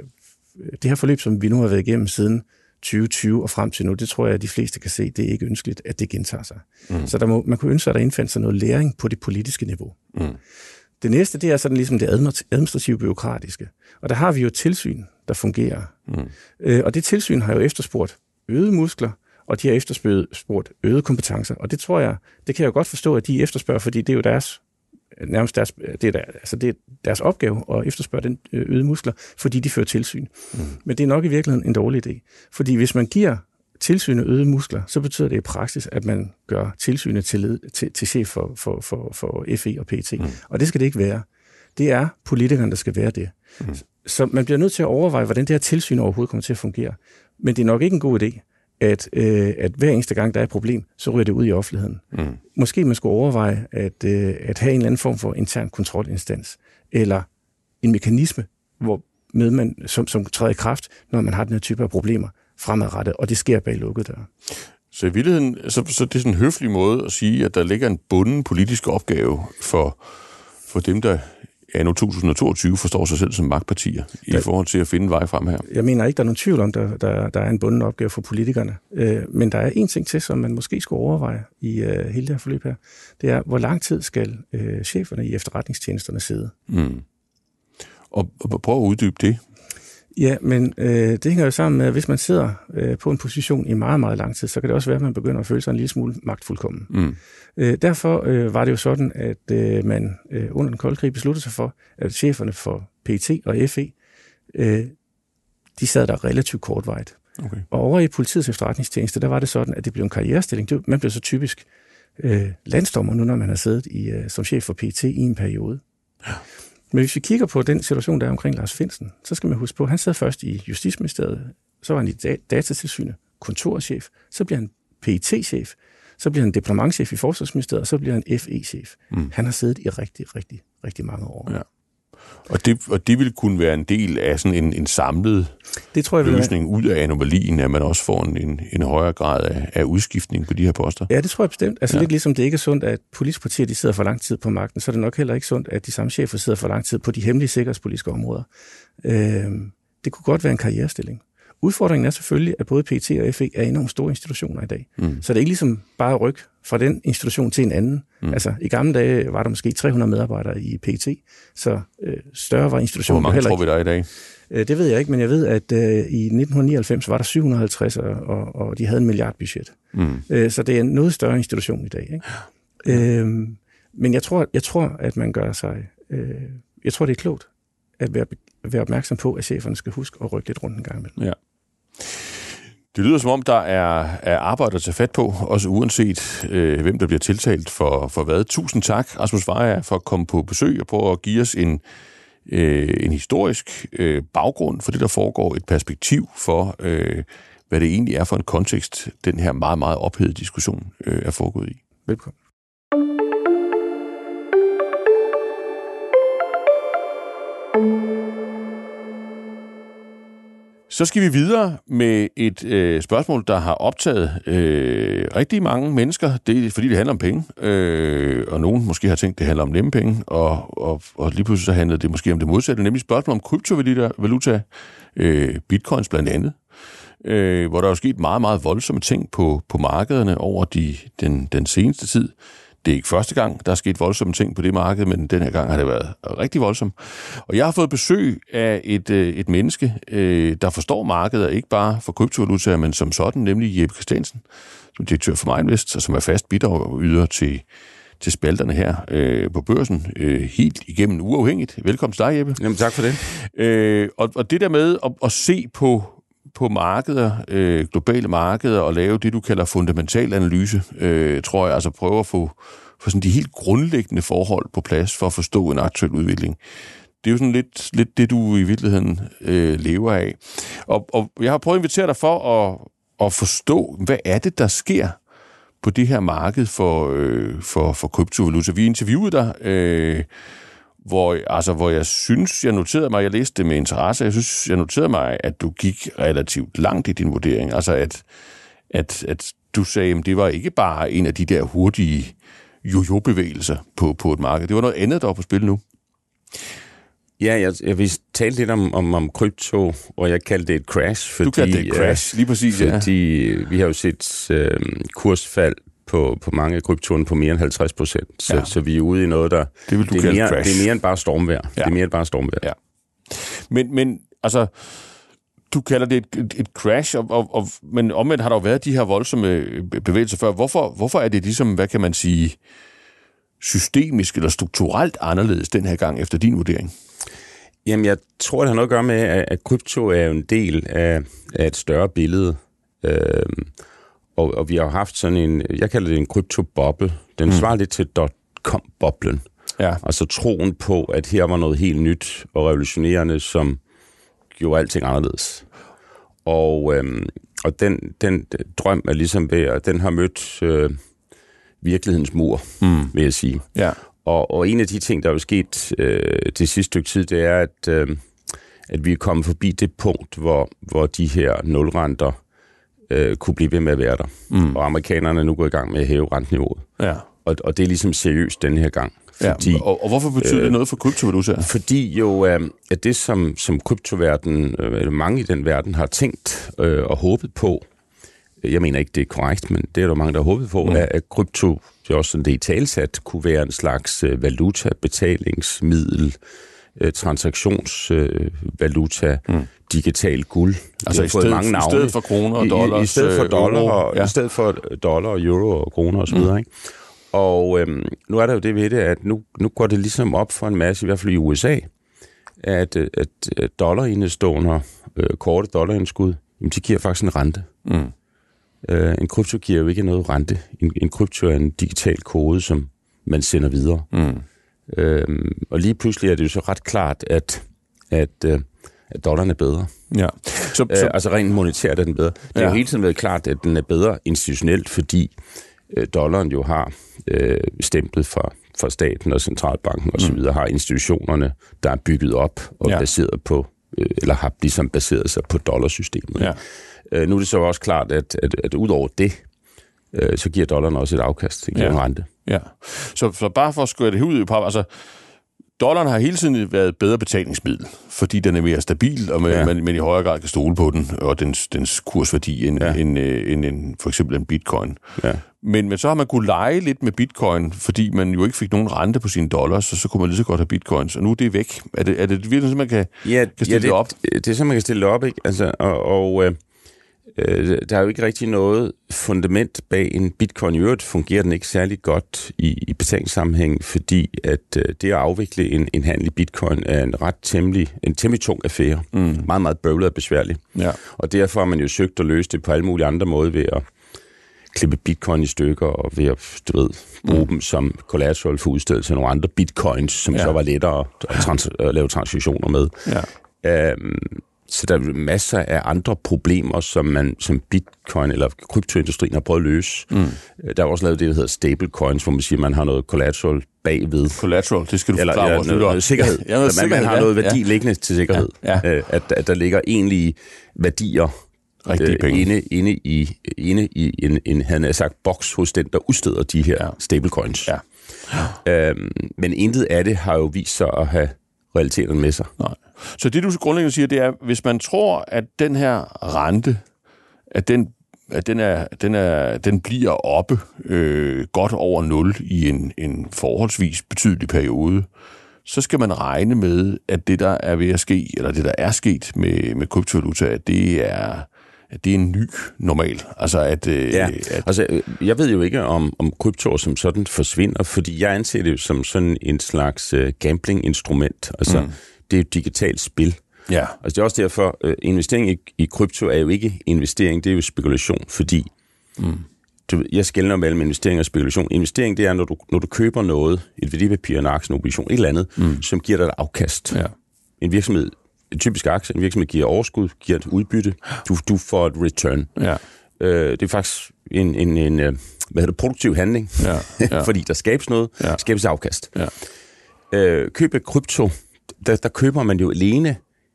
det her forløb, som vi nu har været igennem siden tyve tyve og frem til nu, det tror jeg, at de fleste kan se, det er ikke ønskeligt, at det gentager sig. Mm. Så der må, man kunne ønske sig, at der indfandt sig noget læring på det politiske niveau. Mm. Det næste, det er sådan ligesom det administrative bureaukratiske. Og der har vi jo et tilsyn, der fungerer. Mm. Øh, og det tilsyn har jo efterspurgt øgede muskler, og de har efterspurgt øgede kompetencer. Og det tror jeg, det kan jeg jo godt forstå, at de efterspørger, fordi det er jo deres nærmest deres, det er der, altså det er deres opgave at efterspørge den øgede muskler, fordi de fører tilsyn. Mm. Men det er nok i virkeligheden en dårlig idé. Fordi hvis man giver tilsynet øgede muskler, så betyder det i praksis, at man gør tilsynet til, til, til chef for, for, for, for F E og P T. Mm. Og det skal det ikke være. Det er politikerne, der skal være det. Mm. Så man bliver nødt til at overveje, hvordan det her tilsyn overhovedet kommer til at fungere. Men det er nok ikke en god idé, at, øh, at hver eneste gang, der er et problem, så ryger det ud i offentligheden. Mm. Måske man skulle overveje at, øh, at have en eller anden form for intern kontrolinstans, eller en mekanisme, hvor med man, som, som træder i kraft, når man har den her type af problemer fremadrettet, og det sker bag lukkede døre. Så i virkeligheden, så, så det er sådan en høflig måde at sige, at der ligger en bunden politisk opgave for, for dem, der ja, nu to tusind og toogtyve forstår sig selv som magtpartier i der, forhold til at finde vej frem her. Jeg mener ikke, der er nogen tvivl om, der, der, der er en bunden opgave for politikerne. Øh, men der er en ting til, som man måske skulle overveje i øh, hele det her forløb her. Det er, hvor lang tid skal øh, cheferne i efterretningstjenesterne sidde? Mm. Og, og prøv at uddybe det. Ja, men øh, det hænger jo sammen med, at hvis man sidder øh, på en position i meget, meget lang tid, så kan det også være, at man begynder at føle sig en lille smule magtfuldkommen. Mm. Øh, derfor øh, var det jo sådan, at øh, man øh, under den kolde krig besluttede sig for, at cheferne for P T og F E, øh, de sad der relativt kortvarigt. Okay. Og over i politiets efterretningstjeneste, der var det sådan, at det blev en karrierestilling. Det, man blev så typisk øh, landsdommer nu, når man har siddet i, øh, som chef for P T i en periode. Ja. Men hvis vi kigger på den situation, der er omkring Lars Findsen, så skal man huske på, at han sad først i Justitsministeriet, så var han i Datatilsynet, kontorchef, så bliver han P E T-chef, så bliver han departementschef i Forsvarsministeriet, og så bliver han F E-chef. Mm. Han har siddet i rigtig, rigtig, rigtig mange år. Ja. Og det, og det vil kunne være en del af sådan en, en samlet det tror jeg, løsning ud af anomalien, at man også får en, en, en højere grad af, af udskiftning på de her poster? Ja, det tror jeg bestemt. Altså ja. Lidt ligesom det ikke er sundt, at politiske partier de sidder for lang tid på magten, så er det nok heller ikke sundt, at de samme chefer sidder for lang tid på de hemmelige sikkerhedspolitiske områder. Øh, det kunne godt være en karrierestilling. Udfordringen er selvfølgelig, at både P T og F E er enormt store institutioner i dag. Mm. Så det er ikke ligesom bare at rykke fra den institution til en anden. Mm. Altså, i gamle dage var der måske tre hundrede medarbejdere i P T, så øh, større var institutionen. Hvor mange tror vi der er i dag? Øh, det ved jeg ikke, men jeg ved, at øh, i nitten nioghalvfems var der syv hundrede og halvtreds, og, og de havde en milliardbudget. Mm. Øh, så det er en noget større institution i dag. Ikke? Ja. Øh, men jeg tror, jeg tror, at man gør sig... Øh, jeg tror, det er klogt at være, være opmærksom på, at cheferne skal huske at rykke lidt rundt en gang imellem. Ja. Det lyder som om, der er, er arbejde at tage fat på, også uanset øh, hvem der bliver tiltalt for, for hvad. Tusind tak, Rasmus Varrager, for at komme på besøg og på at give os en, øh, en historisk øh, baggrund for det, der foregår, et perspektiv for, øh, hvad det egentlig er for en kontekst, den her meget, meget ophedede diskussion øh, er foregået i. Velkommen. Så skal vi videre med et øh, spørgsmål, der har optaget øh, rigtig mange mennesker. Det er fordi, det handler om penge, øh, og nogen måske har tænkt, at det handler om nemme penge, og, og, og lige pludselig så handler det måske om det modsatte, nemlig spørgsmål om kryptovaluta, øh, bitcoins blandt andet, øh, hvor der er sket meget, meget voldsomme ting på, på markederne over de, den, den seneste tid. Det er ikke første gang, der er sket voldsomme ting på det marked, men den her gang har det været rigtig voldsomt. Og jeg har fået besøg af et, et menneske, der forstår markedet, ikke bare for kryptovalutaer, men som sådan, nemlig Jeppe Christiansen, som er direktør for MindVest, og som er fast bidragyder til, til spalterne her øh, på børsen, øh, helt igennem uafhængigt. Velkommen til dig, Jeppe. Jamen, tak for det. Øh, og, og det der med at, at se på på markeder, øh, globale markeder, og lave det, du kalder fundamental analyse, øh, tror jeg, altså prøve at få, få sådan de helt grundlæggende forhold på plads for at forstå en aktuel udvikling. Det er jo sådan lidt, lidt det, du i virkeligheden øh, lever af. Og, og jeg har prøvet at invitere dig for at, at forstå, hvad er det, der sker på det her marked for, øh, for, for kryptovaluta. Vi interviewede dig, øh, Hvor, altså, hvor jeg synes, jeg noterede mig, jeg læste det med interesse, jeg synes, jeg noterede mig, at du gik relativt langt i din vurdering. Altså, at, at, at du sagde, at det var ikke bare en af de der hurtige jojo-bevægelser på, på et marked. Det var noget andet, der var på spil nu. Ja, jeg, jeg vil tale lidt om, om, om krypto, og jeg kaldte det et crash. Fordi, du kaldte det et crash, lige præcis, fordi, ja. Fordi vi har jo set øh, kursfald på, på mange af kryptoerne på mere end halvtreds procent. Så, ja. så vi er ude i noget, der... Det vil du det kalde mere, crash. Det er mere end bare stormvejr. Ja. Det er mere end bare stormvejr. Ja. Men, men altså, du kalder det et, et, et crash, og, og, og, men omvendt har der jo været de her voldsomme bevægelser før. Hvorfor, hvorfor er det ligesom, hvad kan man sige, systemisk eller strukturelt anderledes den her gang, efter din vurdering? Jamen, jeg tror, det har noget at gøre med, at, at krypto er jo en del af, af et større billede. Øhm, Og, og vi har haft sådan en, jeg kalder det en kryptoboble. Den mm. svarer lidt til dot-com-boblen. Ja. Altså troen på, at her var noget helt nyt og revolutionerende, som gjorde alting anderledes. Og, øhm, og den, den drøm er ligesom ved, at den har mødt øh, virkelighedens mur, mm. vil jeg sige. Ja. Og, og en af de ting, der er jo sket øh, det sidste stykke tid, det er, at, øh, at vi er kommet forbi det punkt, hvor, hvor de her nulrenter Øh, kunne blive ved med at være der. Mm. Og amerikanerne er nu gået i gang med at hæve renteniveauet. Ja. Og, og det er ligesom seriøst denne her gang. Fordi, ja. og, og hvorfor betyder øh, det noget for kryptovaluta? Fordi jo, øh, at det som, som kryptoverdenen, øh, mange i den verden har tænkt øh, og håbet på, jeg mener ikke, det er korrekt, men det er der mange, der har håbet på, mm. at, at krypto, det er også sådan det i talsat, kunne være en slags øh, valuta, betalingsmiddel, øh, transaktionsvaluta, øh, mm. digital guld. Altså i stedet, mange navne. I stedet for kroner og dollars, I, i stedet for dollar, euro, og, ja. i stedet for dollar og euro og kroner og så videre, mm. ikke? Og øhm, nu er der jo det ved det, at nu, nu går det ligesom op for en masse, i hvert fald i U S A, at, at dollarindestående, øh, korte dollarindskud, jamen, de giver faktisk en rente. Mm. Øh, en krypto giver jo ikke noget rente. En, en krypto er en digital kode, som man sender videre. Mm. Øhm, og lige pludselig er det jo så ret klart, at, at, øh, at dollaren er bedre. Ja. Så, så... Øh, altså rent monetært er den bedre. Det har ja. jo hele tiden været klart, at den er bedre institutionelt, fordi øh, dollaren jo har øh, stemplet fra, fra staten og centralbanken osv., mm. har institutionerne, der er bygget op og ja. baseret på, øh, eller har ligesom baseret sig på dollarsystemet. Ja. Øh, nu er det så også klart, at, at, at ud over det, øh, så giver dollaren også et afkast, det giver ja. en rente. Ja, så, så bare for at skøre det ud i pap, altså dollaren har hele tiden været bedre betalingsmiddel, fordi den er mere stabil, og man, ja. man, man i højere grad kan stole på den, og dens, dens kursværdi, end, ja. end, end, end for eksempel en bitcoin. Ja. Men, men så har man kunnet lege lidt med bitcoin, fordi man jo ikke fik nogen rente på sine dollars, så så kunne man lige så godt have bitcoins, og nu er det væk. Er det, er det virkelig, så man kan, ja, kan stille ja, det det op? Det er så, man kan stille det op, ikke? Altså, og... og øh Øh, der er jo ikke rigtig noget fundament bag en bitcoin. I øvrigt fungerer den ikke særlig godt i, i betalingssammenhæng, fordi at øh, det at afvikle en, en handel i bitcoin er en ret temmelig, en temmelig tung affære. Mm. Meget, meget bøvlet og besværlig. Ja. Og derfor har man jo søgt at løse det på alle mulige andre måder ved at klippe bitcoin i stykker og ved at, du ved, bruge mm. dem som collateral for udstedelse af nogle andre bitcoins, som ja. så var lettere at, trans- at lave transaktioner med. Ja. Øhm, så der er masser af andre problemer, som man som bitcoin eller kryptoindustrien har prøvet at løse. Mm. Der er også lavet det, der hedder stablecoins, hvor man siger, at man har noget collateral bagved. Collateral, det skal du forklare vores lyttere. Noget sikkerhed. Ja, noget sikkerhed. Man har noget værdi ja. liggende til sikkerhed. Ja. Ja. At, at der ligger egentlige værdier Øh, inde, inde i, inde i en, en, han havde sagt, boks hos den, der udsteder de her ja. stablecoins. Ja. Ja. Øhm, men intet af det har jo vist sig at have realiteterne med sig. Nej. Så det, du grundlæggende siger, det er, hvis man tror, at den her rente, at den, at den, er, den, er, den bliver oppe øh, godt over nul i en, en forholdsvis betydelig periode, så skal man regne med, at det, der er ved at ske, eller det, der er sket med, med kryptovaluta, at det er... at det er en ny normal. Altså, at... Øh, ja, at altså, jeg ved jo ikke, om, om kryptoer som sådan forsvinder, fordi jeg anser det jo som sådan en slags uh, gambling-instrument. Altså, mm. det er jo et digitalt spil. Ja. Altså, det er også derfor, uh, investering i, i krypto er jo ikke investering, det er jo spekulation, fordi... Mm. Du, jeg skelner mellem investering og spekulation. Investering, det er, når du, når du køber noget, et værdipapir, en aktie, en obligation, et eller andet, mm. som giver dig et afkast. Ja. En virksomhed... En typisk aktie, en virksomhed giver overskud, giver et udbytte, du, du får et return. Ja. Øh, det er faktisk en, en, en hvad hedder det, produktiv handling, ja. Ja. Fordi der skabes noget, ja. skabes afkast. Ja. Øh, køb af krypto, der, der køber man jo alene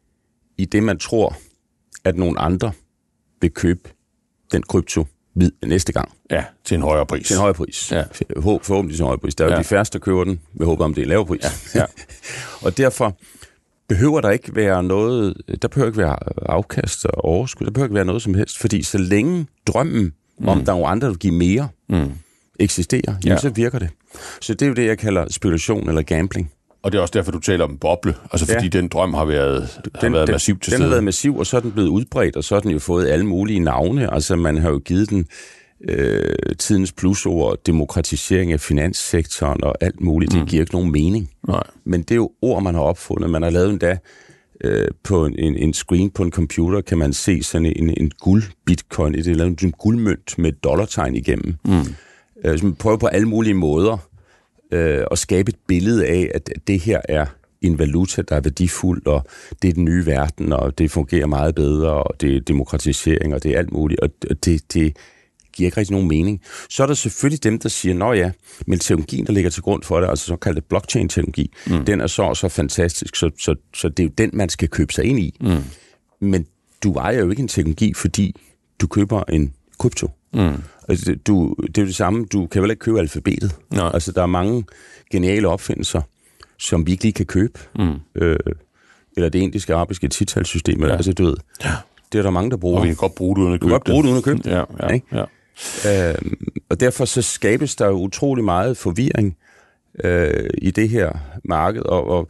i det, man tror, at nogle andre vil købe den krypto næste gang. Ja, til en højere pris. Til en højere pris. Ja. Forhåbentlig til en højere pris. Der er jo ja. de færreste, der køber den, med håb om det er en lavere pris. Ja. Ja. Og derfor behøver der ikke være noget, der behøver ikke være afkast og overskud, der behøver ikke være noget som helst, fordi så længe drømmen mm. om, der er nogle andre, der vil give mere, mm. eksisterer, jamen, ja. så virker det. Så det er jo det, jeg kalder spekulation eller gambling. Og det er også derfor, du taler om en boble, altså fordi ja. den drøm har været, den, har været den, massiv til den stede. Den har været massiv, og så er den blevet udbredt, og så har den jo fået alle mulige navne. Altså man har jo givet den øh, tidens plusord, demokratisering af finanssektoren og alt muligt. Mm. Det giver ikke nogen mening. Nej. Men det er jo ord, man har opfundet. Man har lavet endda øh, på en, en screen på en computer, kan man se sådan en, en guld-bitcoin, et eller andet, en guldmønt med et dollartegn igennem. Mm. Øh, så man prøver på alle mulige måder øh, at skabe et billede af, at det her er en valuta, der er værdifuld, og det er den nye verden, og det fungerer meget bedre, og det er demokratisering, og det er alt muligt, og det, det giver ikke rigtig nogen mening. Så er der selvfølgelig dem, der siger, nå ja, men teknologien, der ligger til grund for det, altså såkaldt blockchain-teknologi, mm. den er så så fantastisk, så, så, så det er jo den, man skal købe sig ind i. Mm. Men du ejer jo ikke en teknologi, fordi du køber en krypto. Mm. Altså, du, det er jo det samme, du kan vel ikke købe alfabetet. Nej. Altså, der er mange geniale opfindelser, som vi ikke lige kan købe. Mm. Øh, eller det indiske, arabiske titalssystem, ja. altså du ved. Ja. Det er der mange, der bruger. Og vi kan godt bruge det uden at købe det. Du kan godt bruge det uden at købe det. Ja, ja, ja. Øh, og derfor så skabes der jo utrolig meget forvirring øh, i det her marked, og, og,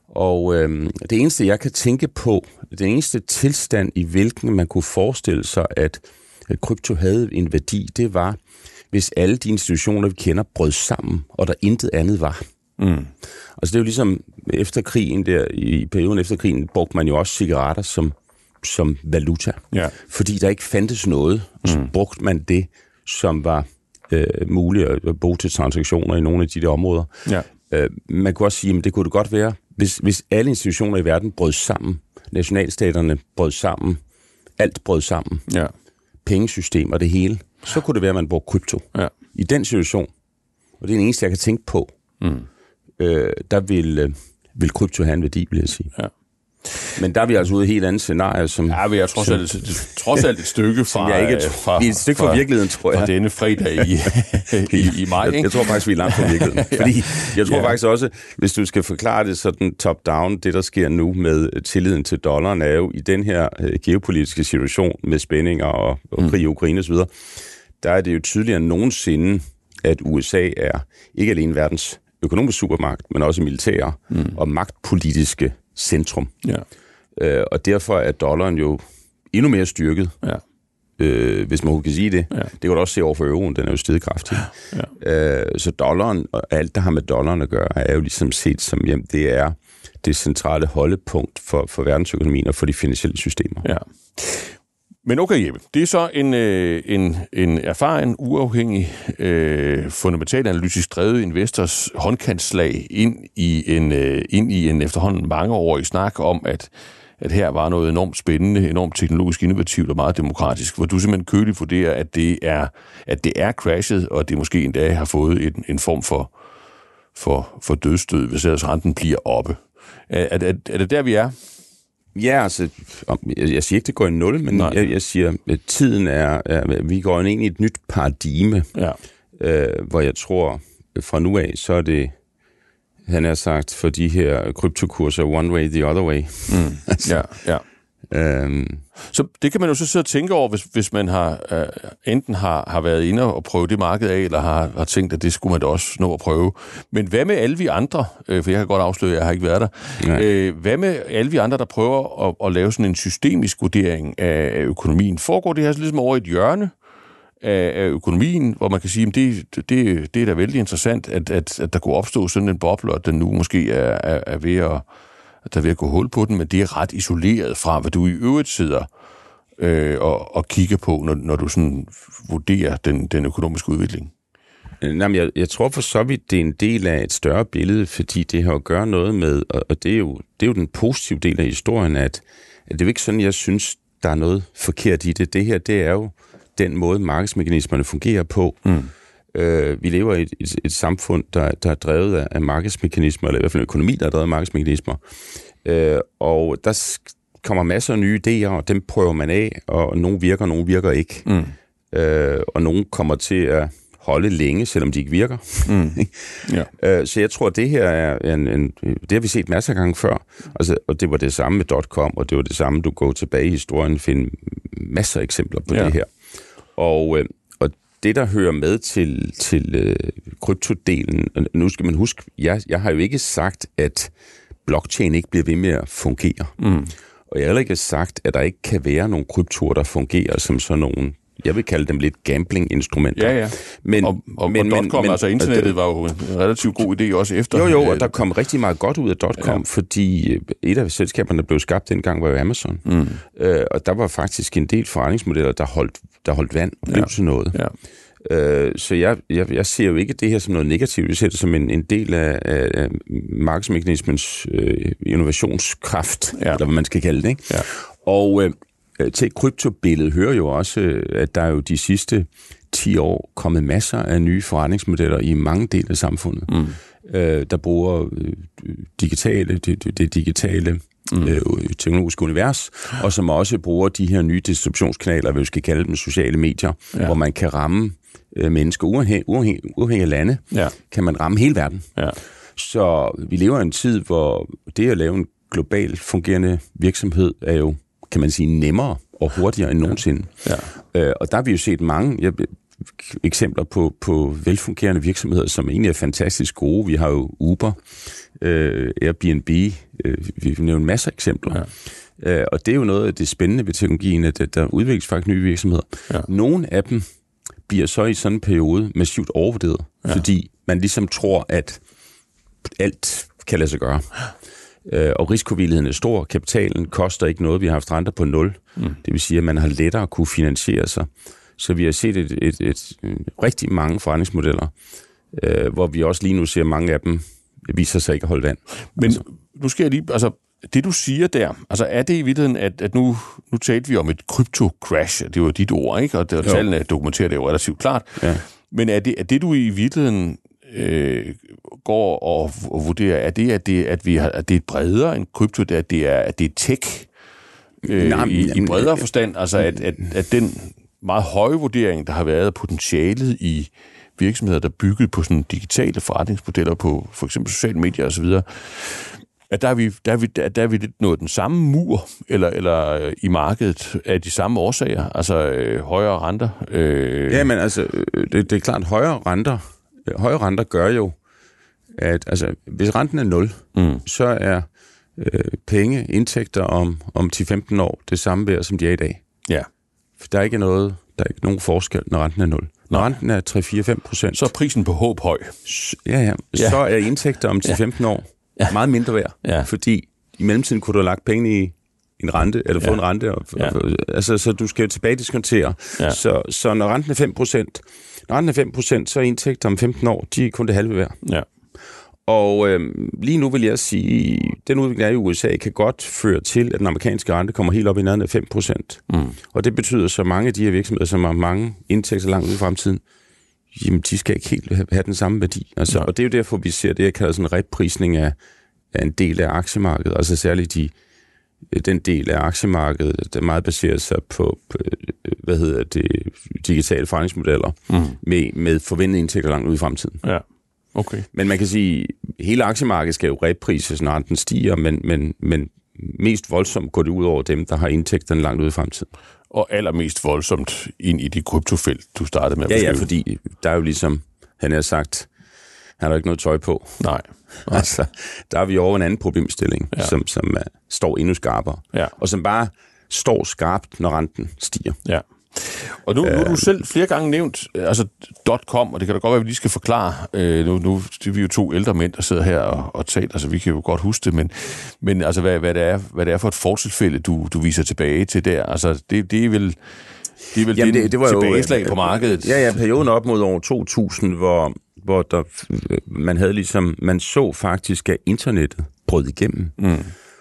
og øh, det eneste, jeg kan tænke på, den eneste tilstand, i hvilken man kunne forestille sig, at, at krypto havde en værdi, det var, hvis alle de institutioner, vi kender, brød sammen, og der intet andet var. Mm. Altså det er jo ligesom efter krigen, der, i perioden efter krigen, brugte man jo også cigaretter som som valuta. Ja. Fordi der ikke fandtes noget, så mm. brugte man det, som var øh, muligt at bruge til transaktioner i nogle af de der områder. Ja. Øh, man kunne også sige, at det kunne det godt være, hvis, hvis alle institutioner i verden brød sammen, nationalstaterne brød sammen, alt brød sammen, ja. pengesystemer, det hele, så kunne det være, at man brugte krypto. Ja. I den situation, og det er den eneste, jeg kan tænke på, mm. øh, der vil, øh, vil krypto have en værdi, vil jeg sige. Ja. Men der er vi altså ude i et helt andet scenarie, som... Ja, vi er trods alt, som, trods alt et stykke fra... Jeg ikke, fra vi er et stykke fra, fra virkeligheden, tror jeg. Fra denne fredag i, i, i maj, ikke? Jeg, jeg tror faktisk, vi er langt fra virkeligheden. ja. Fordi jeg tror ja. faktisk også, hvis du skal forklare det sådan top-down, det der sker nu med tilliden til dollaren, er jo i den her geopolitiske situation med spændinger og, og krig i Ukraine osv., der er det jo tydeligere end nogensinde, at U S A er ikke alene verdens økonomiske supermagt, men også militære mm. og magtpolitiske centrum. Ja. Øh, og derfor er dollaren jo endnu mere styrket, ja. øh, hvis man kan sige det. Ja. Det kan du også se over for euroen, den er jo stedekraftig. Ja. Ja. Øh, så dollaren og alt, der har med dollaren at gøre, er jo ligesom set som, jamen, det er det centrale holdepunkt for, for verdensøkonomien og for de finansielle systemer. Ja. Men okay, Jeppe, det er så en, øh, en, en erfaren, uafhængig, øh, fundamentalt analytisk drevet investors håndkantslag ind i en, øh, ind i en efterhånden mangeårig snak om, at, at her var noget enormt spændende, enormt teknologisk innovativt og meget demokratisk, hvor du simpelthen køligt vurderer, at det er, at det er crashet, og at det måske endda har fået en, en form for, for, for dødsstød, hvis ellers renten bliver oppe. Er, er, er det der, vi er? Ja, altså, jeg, jeg siger ikke, det går i nul, men jeg, jeg siger, at tiden er, er, vi går ind i et nyt paradigme, ja. øh, hvor jeg tror, fra nu af, så er det, han har sagt, for de her kryptokurser, one way, the other way. Mm. altså, ja, ja. Øhm. Så det kan man jo så sidde og tænke over, hvis, hvis man har øh, enten har, har været inde og prøve det marked af, eller har, har tænkt, at det skulle man da også nå at prøve. Men hvad med alle vi andre, øh, for jeg kan godt afsløre, at jeg har ikke været der, øh, hvad med alle vi andre, der prøver at, at lave sådan en systemisk vurdering af, af økonomien? Foregår det her ligesom over et hjørne af, af økonomien, hvor man kan sige, at det, det, det er da vældig interessant, at, at, at der kunne opstå sådan en boble, og den nu måske er, er, er ved at at der er ved at gå hul på den, men det er ret isoleret fra, hvad du i øvrigt sidder øh, og, og kigger på, når, når du sådan vurderer den, den økonomiske udvikling. Nej, men jeg, jeg tror for så vidt, det er en del af et større billede, fordi det har at gøre noget med, og det er jo, det er jo den positive del af historien, at, at det er jo ikke sådan, jeg synes, der er noget forkert i det. Det her, det er jo den måde, markedsmekanismerne fungerer på. Mm. Øh, vi lever i et, et, et samfund, der, der er drevet af, af markedsmekanismer, eller i hvert fald en økonomi, der er drevet af markedsmekanismer. Øh, og der kommer masser af nye idéer, og dem prøver man af, og nogle virker, nogle virker ikke. Mm. Øh, og nogle kommer til at holde længe, selvom de ikke virker. Mm. ja. øh, så jeg tror, det her er en, en... Det har vi set masser af gange før. Altså, og det var det samme med dot-com, og det var det samme, du går tilbage i historien og finder masser af eksempler på ja. det her. Og... Øh, Det, der hører med til, til øh, kryptodelen, nu skal man huske, jeg, jeg har jo ikke sagt, at blockchain ikke bliver ved med at fungere. Mm. Og jeg har heller ikke sagt, at der ikke kan være nogle kryptoer, der fungerer som sådan nogle, jeg vil kalde dem lidt gambling-instrumenter. Ja, ja. Men, og og, men, og dot-com, men, altså internettet, var jo en relativt god idé også efter. Jo, jo, og der kom rigtig meget godt ud af dot-com, ja. fordi et af selskaberne, der blev skabt dengang, var jo Amazon. Mm. Øh, og der var faktisk en del forretningsmodeller, der holdt, der holdt vand og blev ja. til noget. Ja. Øh, så jeg, jeg, jeg ser jo ikke det her som noget negativt. Jeg ser det som en, en del af, af markedsmekanismens øh, innovationskraft, ja. eller hvad man skal kalde det. Ikke? Ja. Og øh, til kryptobilledet hører jo også, at der er jo de sidste ti år kommet masser af nye forretningsmodeller i mange dele af samfundet, mm. øh, der bruger øh, digitale, det, det digitale Mm. Øh, teknologiske univers, og som også bruger de her nye distributionskanaler, hvad vi skal kalde dem, sociale medier, ja. hvor man kan ramme øh, mennesker uafhængig, uafhængig, uafhængig af lande, ja. kan man ramme hele verden. Ja. Så vi lever i en tid, hvor det at lave en globalt fungerende virksomhed er jo, kan man sige, nemmere og hurtigere end nogensinde. Ja. Ja. Øh, og der har vi jo set mange jeg, eksempler på, på velfungerende virksomheder, som egentlig er fantastisk gode. Vi har jo Uber, øh, Airbnb, øh, vi nævner masser af eksempler. Ja. Øh, og det er jo noget af det spændende ved teknologien, at der udvikles faktisk nye virksomheder. Ja. Nogle af dem bliver så i sådan en periode massivt overvurderet, ja. fordi man ligesom tror, at alt kan lade sig gøre. Øh, og risikovilligheden er stor, kapitalen koster ikke noget, vi har haft renter på nul. Mm. Det vil sige, at man har lettere at kunne finansiere sig. Så vi har set et, et, et, et rigtig mange forretningsmodeller, øh, hvor vi også lige nu ser mange af dem viser sig ikke at holde vand. Men altså. nu skal jeg lige, altså det du siger der, altså er det i virkeligheden, at, at nu, nu talte vi om et krypto-crash, det var dit ord, ikke? Og, og tallene dokumenterer det jo relativt klart. Ja. Men er det, er det du i virkeligheden øh, går og, og vurderer, er det, at det, at vi har, at det er bredere end krypto, at det er, at det er tech øh, Nej, i, i bredere forstand, altså at, at, at den meget høje vurdering, der har været af potentialet i virksomheder, der bygget på sådan digitale forretningsmodeller på for eksempel sociale medier osv., at der er vi, der er vi, der er vi lidt nået den samme mur, eller, eller i markedet af de samme årsager, altså øh, højere renter. Øh. Ja, men altså, det, det er klart, højere renter, højere renter gør jo, at altså, hvis renten er nul, mm. så er øh, penge, indtægter om, om ti til femten år det samme værd, som de er i dag. Ja. For der er ikke noget, der er ikke nogen forskel, når renten er nul. Når Nej. renten er tre fire fem procent. Så er prisen på håb høj. Ja, ja. ja. Så er indtægter om til femten år ja. meget mindre værd. Ja. Fordi i mellemtiden kunne du have lagt penge i en rente, eller få ja. en rente. Og, ja. altså, så du skal jo tilbage diskontere. Ja. Så, så når renten er fem procent, når renten er fem procent, så er indtægter om femten år, de er kun det halve værd. Ja. Og øh, lige nu vil jeg sige, den udvikling, der er i U S A, kan godt føre til, at den amerikanske rente kommer helt op i nærheden af fem procent. Mm. Og det betyder, så mange af de her virksomheder, som har mange indtægter langt ude i fremtiden, jamen, de skal ikke helt have den samme værdi. Altså, og det er jo derfor, vi ser det, jeg kalder sådan en reprisning af, af en del af aktiemarkedet. Altså særligt de, den del af aktiemarkedet, der meget baserer sig på, på hvad hedder det, digitale forretningsmodeller mm. med, med forventede indtægter langt ude i fremtiden. Ja. Okay. Men man kan sige, at hele aktiemarkedet skal jo reprises, når den stiger, men, men, men mest voldsomt går det ud over dem, der har indtægterne langt ude i fremtiden. Og allermest voldsomt ind i det kryptofelt, du startede med at beskrive. Ja, ja, fordi der er jo ligesom, han har sagt, han har ikke noget tøj på. Nej. Nej. Altså, der er vi over en anden problemstilling, ja. som, som uh, står endnu skarpere, ja. og som bare står skarpt, når renten stiger. Ja. Og nu, nu har du selv flere gange nævnt, altså .com, og det kan da godt være, at vi lige skal forklare, øh, nu, nu det er vi jo to ældre mænd, der sidder her og, og taler, altså vi kan jo godt huske det, men, men altså hvad, hvad, det er, hvad det er for et fortilfælde, du, du viser tilbage til der, altså det, det er vel, det er vel Jamen, det, det var tilbageslag jo, på markedet. Ja, ja, perioden op mod år to tusind, hvor, hvor der, man havde ligesom, man så faktisk, at internettet brød igennem, mm.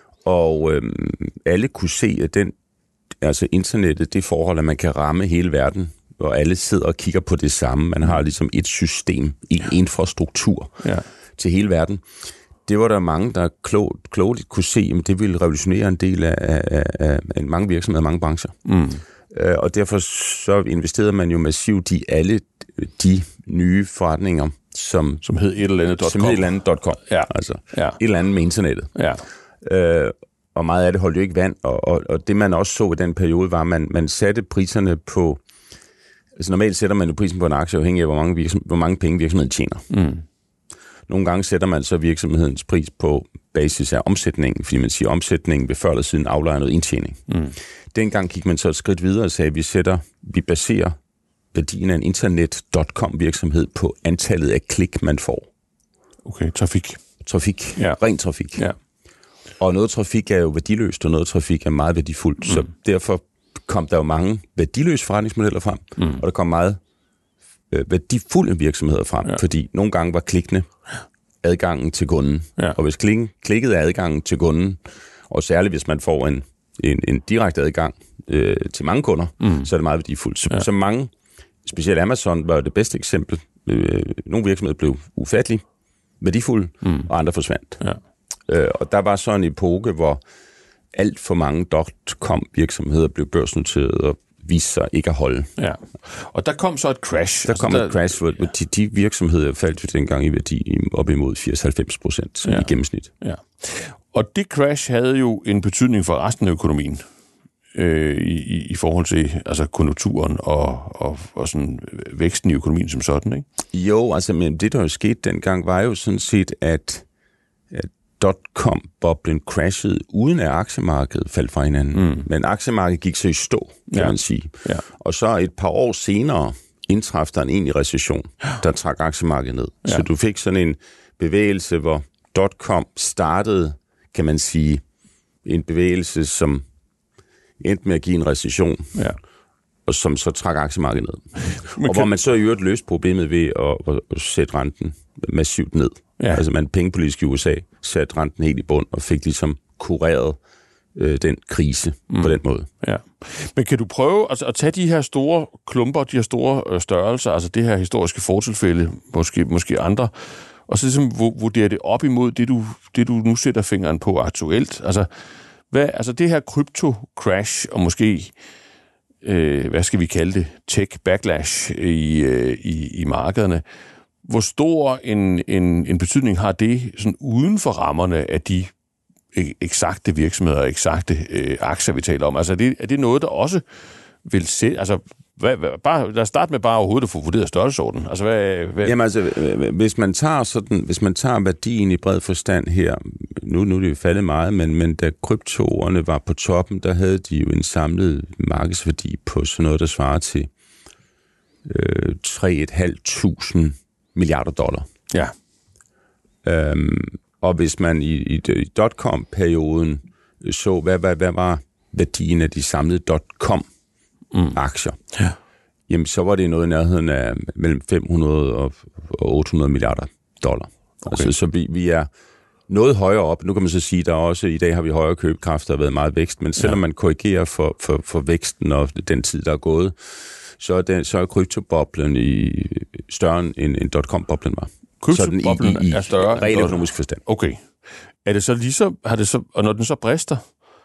og øh, alle kunne se, at den altså internettet, det forhold, at man kan ramme hele verden, hvor alle sidder og kigger på det samme. Man har ligesom et system, en ja. infrastruktur ja. til hele verden. Det var der mange, der klogt, klogt kunne se, at det ville revolutionere en del af, af, af, af mange virksomheder, mange brancher. Mm. Og derfor så investerede man jo massivt i alle de nye forretninger, som, som hed et eller andet som hed et eller andet .com. Ja. Altså ja. et eller andet med internettet. Ja. Øh, og meget af det holdt jo ikke vand, og, og, og det man også så i den periode, var, at man, man satte priserne på, altså normalt sætter man jo prisen på en aktie, afhængig af, hvor mange, virksom, hvor mange penge virksomheden tjener. Mm. Nogle gange sætter man så virksomhedens pris på basis af omsætningen, fordi man siger, at omsætningen vil før eller siden aflejre noget indtjening. Mm. Dengang gik man så et skridt videre og sagde, at vi, sætter, vi baserer værdien af en internet punktum com virksomhed på antallet af klik, man får. Okay, trafik. Trafik, ja. Ren trafik. Ja. Og noget trafik er jo værdiløst, og noget trafik er meget værdifuldt. Mm. Så derfor kom der jo mange værdiløse forretningsmodeller frem, mm. og der kom meget øh, værdifulde virksomheder frem, ja. Fordi nogle gange var klikkene adgangen til kunden. Ja. Og hvis klik, klikket er adgangen til kunden, og særligt hvis man får en, en, en direkte adgang øh, til mange kunder, mm. så er det meget værdifuldt. Så, ja. så mange, specielt Amazon var det bedste eksempel. Øh, nogle virksomheder blev ufattelige, værdifulde, mm. og andre forsvandt. Ja. Øh, og der var så en epoke, hvor alt for mange .com-virksomheder blev børsnoteret og viste sig ikke at holde. Ja. Og der kom så et crash. Der altså, kom der... et crash, hvor ja. de, de virksomheder faldt dengang i værdi op imod firs til halvfems procent ja. i gennemsnit. Ja. Og det crash havde jo en betydning for resten af økonomien øh, i, i forhold til altså konjunkturen og, og, og sådan væksten i økonomien som sådan, ikke? Jo, altså men det, der jo skete dengang, var jo sådan set, at, at .com-boblen crashede, uden at aktiemarkedet faldt fra hinanden. Mm. Men aktiemarkedet gik så i stå, kan ja. man sige. Ja. Og så et par år senere indtraf der en egentlig recession, der trak aktiemarkedet ned. Ja. Så du fik sådan en bevægelse, hvor .com startede, kan man sige, en bevægelse, som endte med at give en recession, ja. og som så trak aktiemarkedet ned. Men og hvor man så i øvrigt løste problemet ved at, at sætte renten massivt ned. Ja. Altså man pengepolitisk i U S A satte renten helt i bund og fik ligesom kureret øh, den krise mm. på den måde. Ja. Men kan du prøve altså, at tage de her store klumper, de her store øh, størrelser, altså det her historiske fortilfælde, måske, måske andre, og så ligesom vurdere det op imod det du, det, du nu sætter fingeren på aktuelt? Altså, hvad, altså det her krypto-crash, og måske, øh, hvad skal vi kalde det, tech-backlash i, øh, i, i markederne, hvor stor en, en, en betydning har det sådan uden for rammerne af de eksakte virksomheder og eksakte øh, aktier, vi taler om? Altså er det, er det noget, der også vil sætte, altså hvad, hvad, bare, lad os starte med bare overhovedet at få vurderet størrelsesorden. Altså, hvad, hvad... Jamen altså, hvis man tager sådan, hvis man tager værdien i bred forstand her, nu, nu er det jo faldet meget, men, men da kryptoerne var på toppen, der havde de jo en samlet markedsværdi på sådan noget, der svarer til øh, tre tusind fem hundrede milliarder dollar. Ja. Øhm, og hvis man i, i, i dot-com-perioden så, hvad, hvad, hvad var værdien af de samlede dot-com-aktier, mm. ja. Jamen, så var det noget i nærheden af mellem fem hundrede og otte hundrede milliarder dollar. Okay. Altså, så vi, vi er noget højere op. Nu kan man så sige, at der også i dag har vi højere købekraft, der har været meget vækst, men selvom ja. man korrigerer for, for, for væksten og den tid, der er gået, så er, den, så er kryptoboblen i større end, end dot-com-boblen var. Kryptoboblen i, i, er større? Rent økonomisk forstand. Okay. Er det så lige så, har det så, og når den så brister,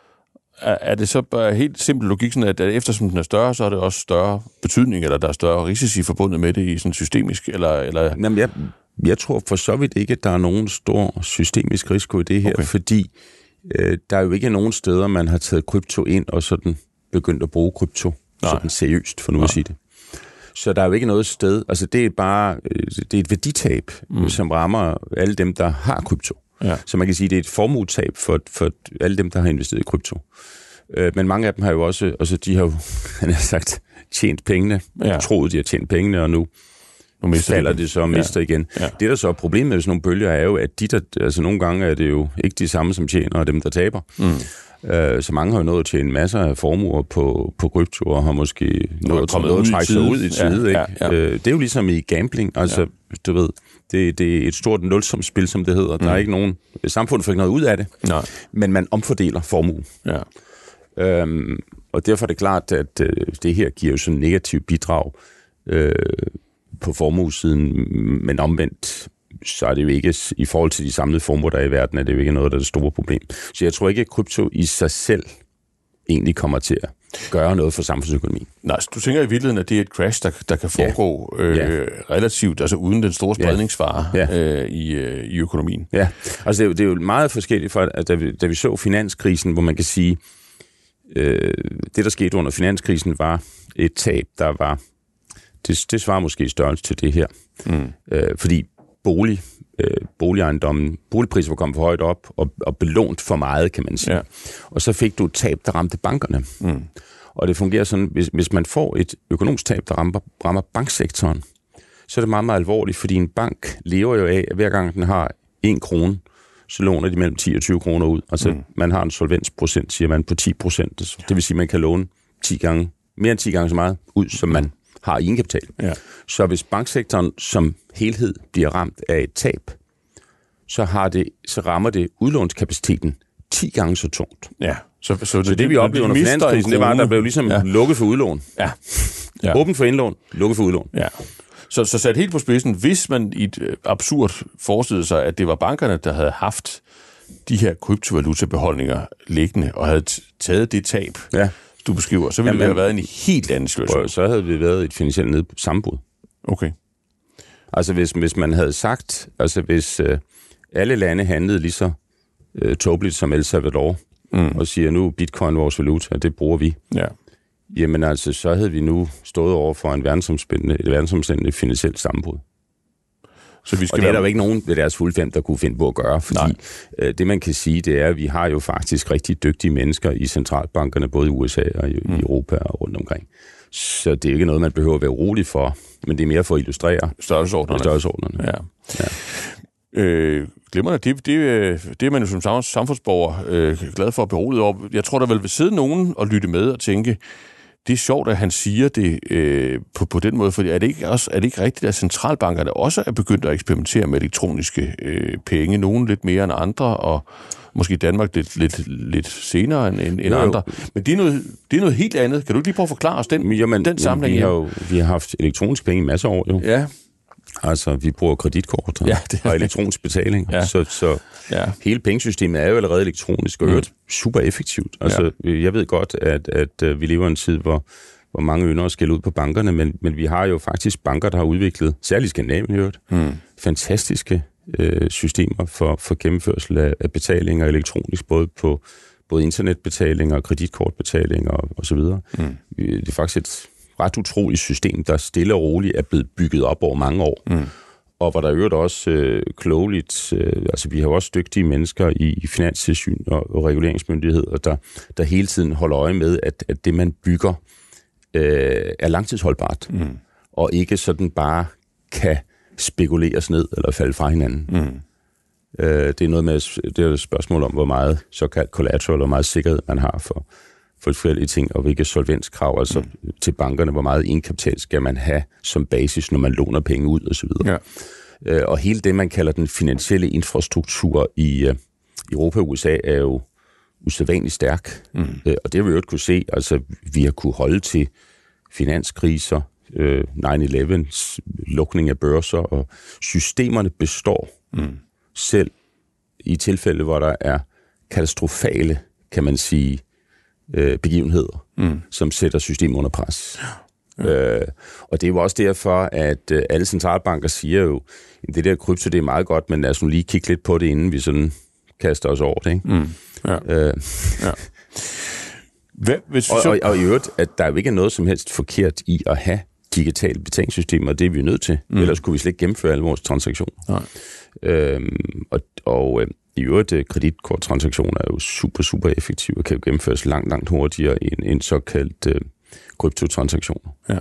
er, er det så bare helt simpel logik, sådan at eftersom den er større, så er det også større betydning, eller der er større risici forbundet med det i sådan systemisk, eller... eller... Jamen, jeg, jeg tror for så vidt ikke, at der er nogen stor systemisk risiko i det her, okay. fordi øh, der er jo ikke nogen steder, man har taget krypto ind og sådan begyndt at bruge krypto Nej. sådan seriøst, for nu Nej. at sige det. Så der er jo ikke noget sted, altså det er bare, det er et værditab, mm. som rammer alle dem, der har krypto. Ja. Så man kan sige, det er et formuetab for, for alle dem, der har investeret i krypto. Øh, men mange af dem har jo også, altså de har jo, han har sagt, tjent pengene, ja. troet, de har tjent pengene, og nu, nu falder det så og mister ja. igen. Ja. Det, der så er problemet med sådan nogle bølger, er jo, at de, der, altså nogle gange er det jo ikke de samme, som tjener, og dem, der taber. Mm. Så mange har jo nået at tjene masser af formuer på, på krypto, og har måske nået, nået at trække sig ud i tide. Ja, ja, ja. Det er jo ligesom i gambling, altså, ja. du ved, det, det er et stort nulsumsspil, som det hedder. Mm. Der er ikke nogen, samfundet får ikke noget ud af det, Nej. men man omfordeler formue. Ja. Øhm, og derfor er det klart, at øh, det her giver jo sådan en negativ bidrag øh, på formuesiden, men omvendt, så er det jo ikke, i forhold til de samlede formuer, der er i verden, er det jo ikke noget, der er det store problem. Så jeg tror ikke, at krypto i sig selv egentlig kommer til at gøre noget for samfundsøkonomien. Nej, så du tænker i virkeligheden, at det er et crash, der, der kan foregå ja. Øh, ja. relativt, altså uden den store spredningsfare ja. Ja. Øh, i, øh, i økonomien. Ja, altså det er, jo, det er jo meget forskelligt fra, at da vi, da vi så finanskrisen, hvor man kan sige, øh, det der skete under finanskrisen var et tab, der var, det, det svarer måske i størrelse til det her. Mm. Øh, fordi bolig, øh, boligejendommen, boligpriser var kommet for højt op, og, og belånt for meget, kan man sige. Ja. Og så fik du et tab, der ramte bankerne. Mm. Og det fungerer sådan, hvis, hvis man får et økonomisk tab, der rammer, rammer banksektoren, så er det meget, meget alvorligt, fordi en bank lever jo af, at hver gang den har en krone, så låner de mellem ti og tyve kroner ud. Altså, mm. man har en solvensprocent, siger man, på ti procent. Det vil sige, at man kan låne ti gange, mere end ti gange så meget ud, som man har i egenkapital. Ja. Så hvis banksektoren som helhed bliver ramt af et tab, så, har det, så rammer det udlånskapaciteten ti gange så tungt. Ja. Så, så, så det, det, vi oplevede under finanskrisen, det var, at der blev ligesom ja. lukket for udlån. Ja. Ja. Åben for indlån, lukket for udlån. Ja. Så, så sat helt på spidsen, hvis man i et absurd forestillede sig, at det var bankerne, der havde haft de her kryptovalutabeholdninger liggende, og havde taget det tab, ja. du beskriver, så ville Jamen, det have været en helt anden situation. Så havde vi været et finansielt ned sammenbrud. Okay. Altså hvis, hvis man havde sagt, altså hvis øh, alle lande handlede lige så øh, tåbeligt som El Salvador, mm. og siger, nu er bitcoin vores valuta, det bruger vi. Ja. Jamen altså, så havde vi nu stået over for en verdensomspændende, et verdensomspændende finansielt sammenbrud. Så vi skal og det er der jo ikke nogen ved deres fulde fem, der kunne finde på at gøre, fordi øh, det man kan sige, det er, at vi har jo faktisk rigtig dygtige mennesker i centralbankerne, både i U S A og i, mm. i Europa og rundt omkring. Så det er ikke noget, man behøver at være urolig for, men det er mere for at illustrere størrelsesordnerne. størrelsesordnerne. Ja. Ja. Øh, glemmer det, det, det er man jo som samfundsborger øh, glad for at beroliget over. Jeg tror, der vel vil sidde nogen og lytte med og tænke, det er sjovt, at han siger det øh, på, på den måde, for er det ikke også er det ikke rigtigt, at centralbankerne også er begyndt at eksperimentere med elektroniske øh, penge, nogen lidt mere end andre, og måske Danmark lidt, lidt, lidt senere end, end jo, andre. Men det er, noget, det er noget helt andet. Kan du lige prøve at forklare os den, jamen, den sammenhæng? Vi har jo vi har haft elektroniske penge i masser af år, jo. Ja. Altså, vi bruger kreditkort ja, og elektronisk betaling, ja. så, så ja. hele pengesystemet er jo allerede elektronisk, og mm. super effektivt. Altså, ja. jeg ved godt, at, at, at vi lever i en tid, hvor, hvor mange ynder at skælde ud på bankerne, men, men vi har jo faktisk banker, der har udviklet, særligt Skandinavien i øvrigt, mm. fantastiske øh, systemer for, for gennemførsel af, af betalinger elektronisk, både på både internetbetalinger, kreditkortbetalinger og, og så videre. Mm. Det er faktisk et ret utroligt system, der stille og roligt er blevet bygget op over mange år. Mm. Og hvor der øvrigt også øh, klogeligt, øh, altså vi har også dygtige mennesker i, i finanstilsyn og, og reguleringsmyndigheder, der, der hele tiden holder øje med, at, at det man bygger øh, er langtidsholdbart, mm. og ikke sådan bare kan spekuleres ned eller falde fra hinanden. Mm. Øh, det er noget med, det er et spørgsmål om, hvor meget såkaldt collateral, hvor meget sikkerhed man har for, for forskellige ting, og hvilke solvenskrav, altså mm. til bankerne, hvor meget egenkapital skal man have som basis, når man låner penge ud, og så videre. Ja. Øh, og hele det, man kalder den finansielle infrastruktur i øh, Europa og U S A, er jo usædvanligt stærk. Mm. Øh, og det har vi jo kunne se, altså vi har kunne holde til finanskriser, øh, nine eleven, lukning af børser, og systemerne består mm. selv i tilfælde, hvor der er katastrofale, kan man sige, øh, begivenheder, mm. som sætter systemet under pres. Ja. Øh, og det er jo også derfor, at øh, alle centralbanker siger jo, at det der krypto, det er meget godt, men lad os nu lige kigge lidt på det, inden vi sådan kaster os over det, ikke? Mm. Ja. Øh. Ja. Hvem, hvis og, så... og, og i øvrigt, at der jo ikke er noget som helst forkert i at have digitale betalingssystemer, det er vi jo nødt til. Mm. Ellers kunne vi slet ikke gennemføre alle vores transaktioner. Nej. Øhm, og og øh, i øvrigt, kreditkorttransaktioner er jo super, super effektive og kan jo gennemføres langt, langt hurtigere end en såkaldt øh, kryptotransaktioner. Ja.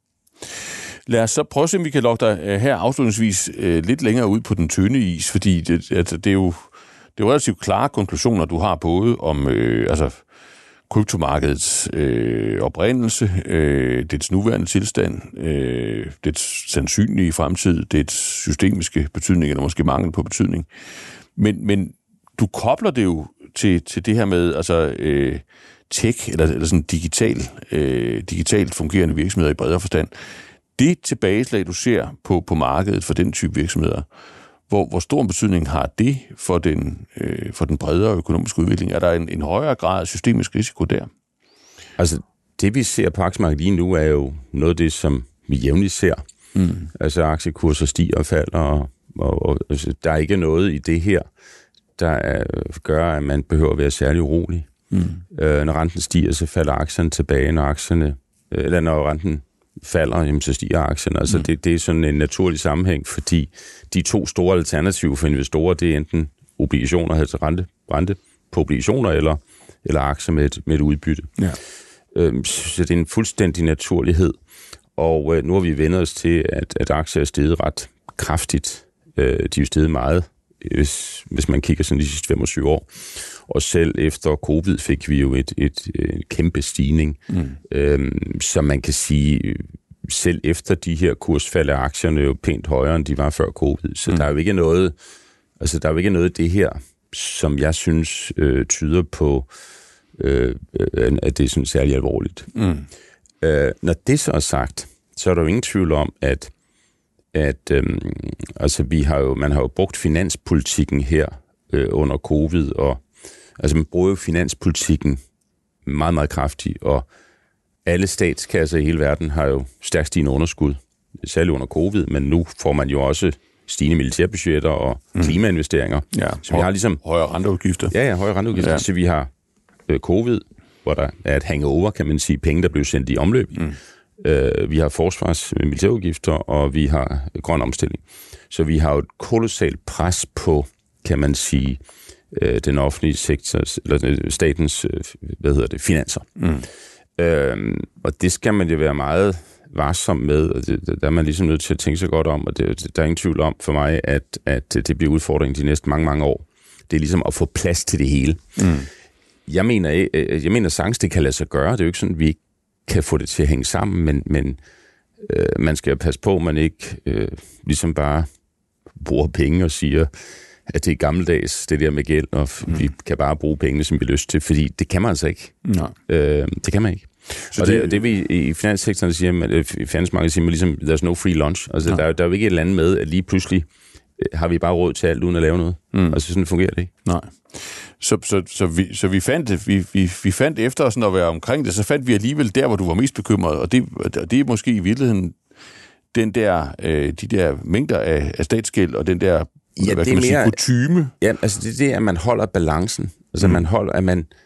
Lad os så prøve at se, om vi kan lokke dig her afslutningsvis øh, lidt længere ud på den tynde is, fordi det, altså, det er jo det er jo relativt klare konklusioner, du har både om øh, altså, kryptomarkedets øh, oprindelse, øh, dets nuværende tilstand, øh, dets sandsynlige fremtid, dets systemiske betydning, eller måske mangel på betydning. Men, men du kobler det jo til, til det her med altså, øh, tech, eller, eller sådan digital, øh, digitalt fungerende virksomheder i bredere forstand. Det tilbageslag, du ser på, på markedet for den type virksomheder, Hvor, hvor stor en betydning har det for den, øh, for den bredere økonomiske udvikling? Er der en, en højere grad af systemisk risiko der? Altså, det vi ser på aktiemarkedet lige nu, er jo noget af det, som vi jævnligt ser. Mm. Altså, aktiekurser stiger og falder, og, og, og altså, der er ikke noget i det her, der er, gør, at man behøver at være særlig urolig. Mm. Øh, når renten stiger, så falder aktierne tilbage, når aktierne, eller når renten falder, jamen, så stiger aktierne. Altså, mm. det, det er sådan en naturlig sammenhæng, fordi de to store alternativer for investorer, det er enten obligationer, altså rente, rente på obligationer, eller, eller aktier med et, med et udbytte. Ja. Øhm, så det er en fuldstændig naturlighed. Og øh, nu har vi vendt os til, at, at aktier er steget ret kraftigt. Øh, de er jo steget meget, hvis, hvis man kigger sådan de sidste femogtyve år. Og selv efter covid fik vi jo et, et, et kæmpe stigning. Mm. Øhm, så man kan sige, selv efter de her kursfald er aktierne jo pænt højere, end de var før covid. Så mm. der er jo ikke noget, altså der er jo ikke noget af det her, som jeg synes øh, tyder på, øh, at det er sådan særlig alvorligt. Mm. Øh, når det så er sagt, så er der jo ingen tvivl om, at, at øhm, altså vi har jo, man har jo brugt finanspolitikken her øh, under covid, og altså man bruger jo finanspolitikken meget, meget kraftigt, og alle statskasser i hele verden har jo stærkt stigende underskud, særligt under covid, men nu får man jo også stigende militærbudgetter og mm. klimainvesteringer. Ja, så vi har ligesom højere renteudgifter. Ja, ja, højere renteudgifter. Ja. Så vi har øh, covid, hvor der er et hangover, kan man sige, penge, der blev sendt i omløb. Mm. Øh, vi har forsvars- og militærudgifter, og vi har grøn omstilling. Så vi har jo et kolossalt pres på, kan man sige, øh, den offentlige sektors, eller statens, øh, hvad hedder det, finanser. Mm. Øh, og det skal man jo være meget varsom med, og det, der er man ligesom nødt til at tænke sig godt om, og det, der er ingen tvivl om for mig, at, at det bliver udfordringen de næste mange, mange år. Det er ligesom at få plads til det hele. Mm. Jeg mener, jeg mener sagtens, det kan lade sig gøre. Det er jo ikke sådan, at vi ikke kan få det til at hænge sammen, men, men øh, man skal passe på, at man ikke øh, ligesom bare bruger penge og siger, at det er gammeldags, det der med gæld, og mm. vi kan bare bruge pengene, som vi har lyst til, fordi det kan man altså ikke. Nej. Øh, det kan man ikke. Så og det, det, det vi i finanssektoren siger, man, i finansmarkedet siger man ligesom, there's no free lunch. Altså, ja. der, der er jo ikke et eller andet med, at lige pludselig har vi bare råd til alt, uden at lave noget. Mm. Altså, sådan fungerer det ikke. Nej. Så, så, så, vi, så vi fandt vi, vi, vi fandt efter sådan at være omkring det, så fandt vi alligevel der, hvor du var mest bekymret, og det, og det er måske i virkeligheden den der, øh, de der mængder af, af statsgæld, og den der, ja, hvad kan man sige, kutyme. Ja, altså det er det, at man holder balancen. Altså mm. man holder, at man,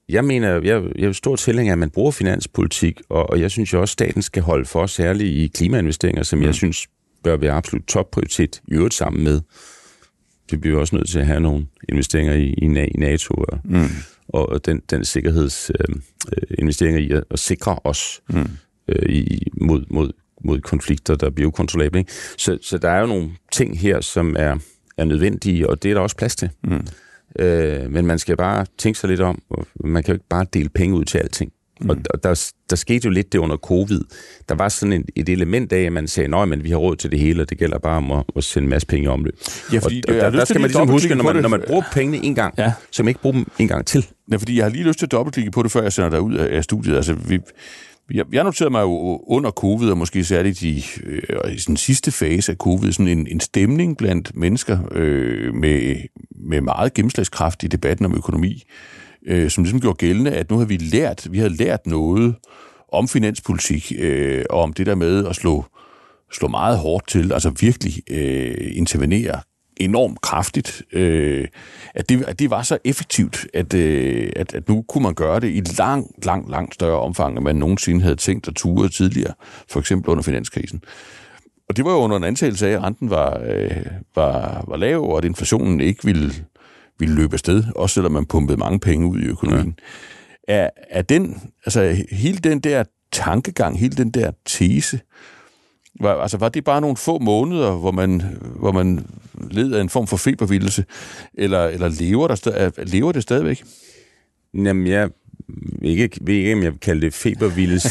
Jeg mener, jeg, jeg er stor tilhænger af, at man bruger finanspolitik, og, og jeg synes jo også, at staten skal holde for, særligt i klimainvesteringer, som mm. jeg synes bør være absolut topprioritet, i øvrigt sammen med. Vi bliver også nødt til at have nogle investeringer i, i NATO og, mm. og den, den sikkerhedsinvesteringer øh, i at, at sikre os mm. øh, i, mod, mod, mod konflikter, der bliver ukontrollable. Ikke? Så, så der er jo nogle ting her, som er, er nødvendige, og det er der også plads til. Mm. Øh, men man skal bare tænke sig lidt om, og man kan jo ikke bare dele penge ud til alting. Mm. Og, og der, der skete jo lidt det under covid. Der var sådan et, et element af, at man sagde, nej, men vi har råd til det hele, og det gælder bare om at, at sende en masse penge i omløb. Ja, fordi, og, og der, der skal man ligesom huske, når man, når man bruger pengene en gang, ja. så man ikke bruger dem en gang til. Ja, fordi jeg har lige lyst til at dobbeltklikke på det, før jeg sender dig ud af studiet. Altså, vi, jeg, jeg noterede mig jo under covid, og måske særligt i, øh, i den sidste fase af covid, sådan en, en stemning blandt mennesker øh, med, med meget gennemslagskraft i debatten om økonomi, øh, som ligesom gjorde gældende, at nu har vi lært, vi havde lært noget om finanspolitik, øh, og om det der med at slå, slå meget hårdt til, altså virkelig øh, intervenere enormt kraftigt, øh, at, det, at det var så effektivt, at, øh, at, at nu kunne man gøre det i langt, langt, langt større omfang, end man nogensinde havde tænkt at ture tidligere, for eksempel under finanskrisen. Og det var jo under en antagelse af, at renten var, øh, var, var lav, og at inflationen ikke ville, ville løbe afsted, også selvom man pumpede mange penge ud i økonomien. Ja. Er, er den, altså hele den der tankegang, hele den der tese, Var, altså, var det bare nogle få måneder, hvor man, hvor man led af en form for febervildelse, eller, eller lever, der stadig, lever det stadigvæk? Jamen, jeg ikke, ved ikke, om jeg vil kalde det febervildelse,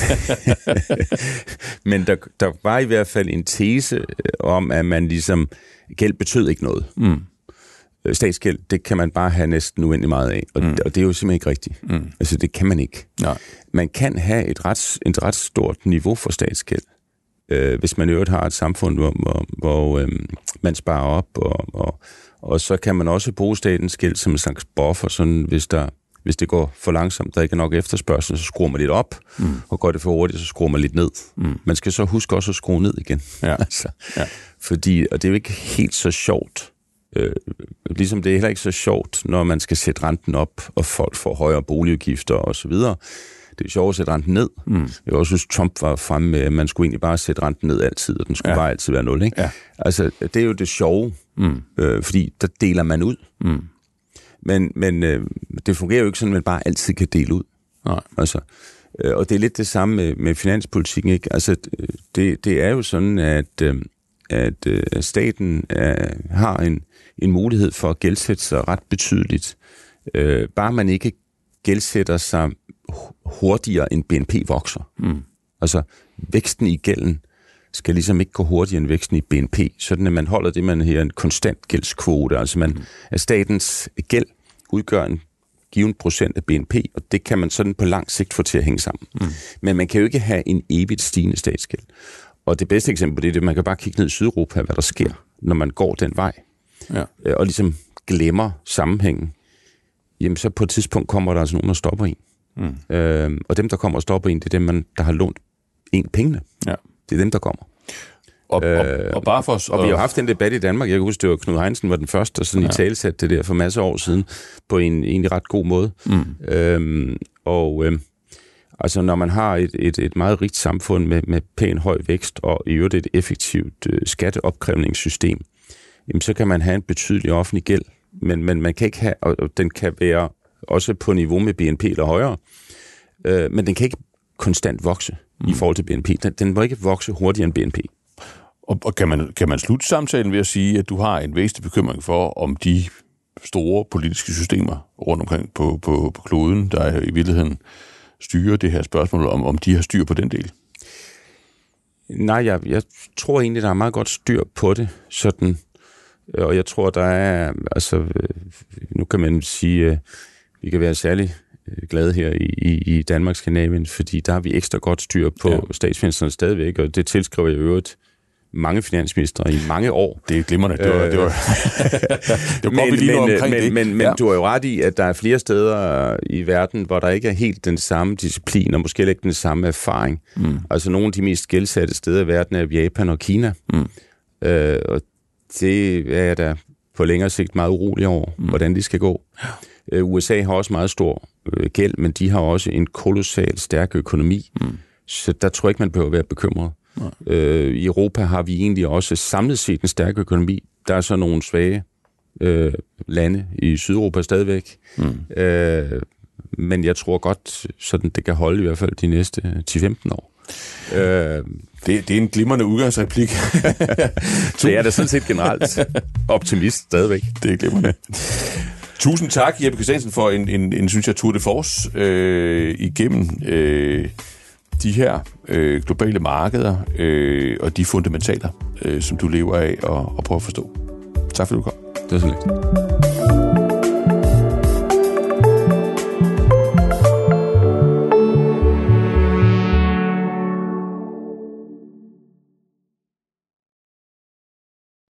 men der, der var i hvert fald en tese om, at man ligesom, gæld betød ikke noget. Mm. Statsgæld, det kan man bare have næsten uendelig meget af, og, mm. og det er jo simpelthen ikke rigtigt. Mm. Altså, det kan man ikke. Nej. Man kan have et ret, et ret stort niveau for statsgæld, Øh, hvis man i øvrigt har et samfund, hvor, hvor, hvor øh, man sparer op, og, og, og så kan man også bruge statens gæld som en slags buffer, sådan hvis, der, hvis det går for langsomt, der ikke er nok efterspørgsel, så skruer man lidt op, mm. og går det for hurtigt, så skruer man lidt ned. Mm. Man skal så huske også at skrue ned igen. Ja. altså, ja. Fordi, og det er jo ikke helt så sjovt, øh, ligesom det er heller ikke så sjovt, når man skal sætte renten op, og folk får højere boligudgifter osv. Det er sjovt at sætte renten ned. Mm. Jeg også synes, Trump var fremme med, at man skulle egentlig bare sætte renten ned altid, og den skulle ja. bare altid være nul. Ikke? Ja. Altså, det er jo det sjove, mm. øh, fordi der deler man ud. Mm. Men, men øh, det fungerer jo ikke sådan, at man bare altid kan dele ud. Nej. Altså, øh, og det er lidt det samme med, med finanspolitikken. Ikke? Altså, det, det er jo sådan, at, øh, at øh, staten øh, har en, en mulighed for at gældsætte sig ret betydeligt. Øh, bare man ikke gældsætter sig hurtigere end B N P vokser. Mm. Altså, væksten i gælden skal ligesom ikke gå hurtigere end væksten i B N P, sådan at man holder det, man her en konstant gældskvote. Altså, man, mm. at statens gæld udgør en given procent af B N P, og det kan man sådan på lang sigt få til at hænge sammen. Mm. Men man kan jo ikke have en evigt stigende statsgæld. Og det bedste eksempel på det er, at man kan bare kigge ned i Sydeuropa, hvad der sker, når man går den vej, ja. og ligesom glemmer sammenhængen. Jamen, så på et tidspunkt kommer der altså nogen, der stopper en. Mm. Øh, og dem, der kommer og stopper en, det er dem, man, der har lånt en pengene. Ja. Det er dem, der kommer. Og, øh, og, og, bare for os, og vi har jo haft den debat i Danmark. Jeg kan huske, det var Knud Heinsen var den første, der sådan ja. i talesat det der for masser af år siden, på en egentlig ret god måde. Mm. Øh, og øh, altså, når man har et, et, et meget rigt samfund med, med pæn høj vækst, og i øvrigt et effektivt øh, skatteopkrævningssystem, jamen, så kan man have en betydelig offentlig gæld. Men, men man kan ikke have, og den kan være også på niveau med B N P eller højere, øh, men den kan ikke konstant vokse mm. i forhold til B N P. Den, den må ikke vokse hurtigere end B N P. Og, og kan, man, kan man slutte samtalen ved at sige, at du har en væsentlig bekymring for, om de store politiske systemer rundt omkring på, på, på kloden, der i virkeligheden styrer det her spørgsmål, om, om de har styr på den del? Nej, jeg, jeg tror egentlig, der er meget godt styr på det, sådan. Og jeg tror, der er, altså, nu kan man sige, at vi kan være særlig glade her i, i, i Danmarks Skandinavien, fordi der har vi ekstra godt styr på ja. statsfinanserne stadigvæk, og det tilskriver jeg øvrigt mange finansministre i mange år. Det er glimrende. Det var, det var, det var men, men, lige omkring men, det. Men, men ja. du har jo ret i, at der er flere steder i verden, hvor der ikke er helt den samme disciplin, og måske ikke den samme erfaring. Mm. Altså nogle af de mest gældsatte steder i verden er Japan og Kina. Mm. Øh, og det er jeg da på længere sigt meget urolig over, mm. hvordan de skal gå. Øh, U S A har også meget stor øh, gæld, men de har også en kolossalt stærk økonomi, mm. så der tror jeg ikke, man behøver være bekymret. Øh, I Europa har vi egentlig også samlet set en stærk økonomi. Der er så nogle svage øh, lande i Sydeuropa stadigvæk. Mm. Øh, men jeg tror godt, sådan det kan holde i hvert fald de næste ti til femten år. Øh, det, det er en glimrende udgangsreplik. Det er det sådan set generelt. Optimist stadigvæk. Det er glimrende. Tusind tak, Jeppe Christiansen, for en, en, en synes jeg, tour de force øh, igennem øh, de her øh, globale markeder øh, og de fundamentaler, øh, som du lever af og, og prøver at forstå. Tak fordi du kom. Det var så lidt.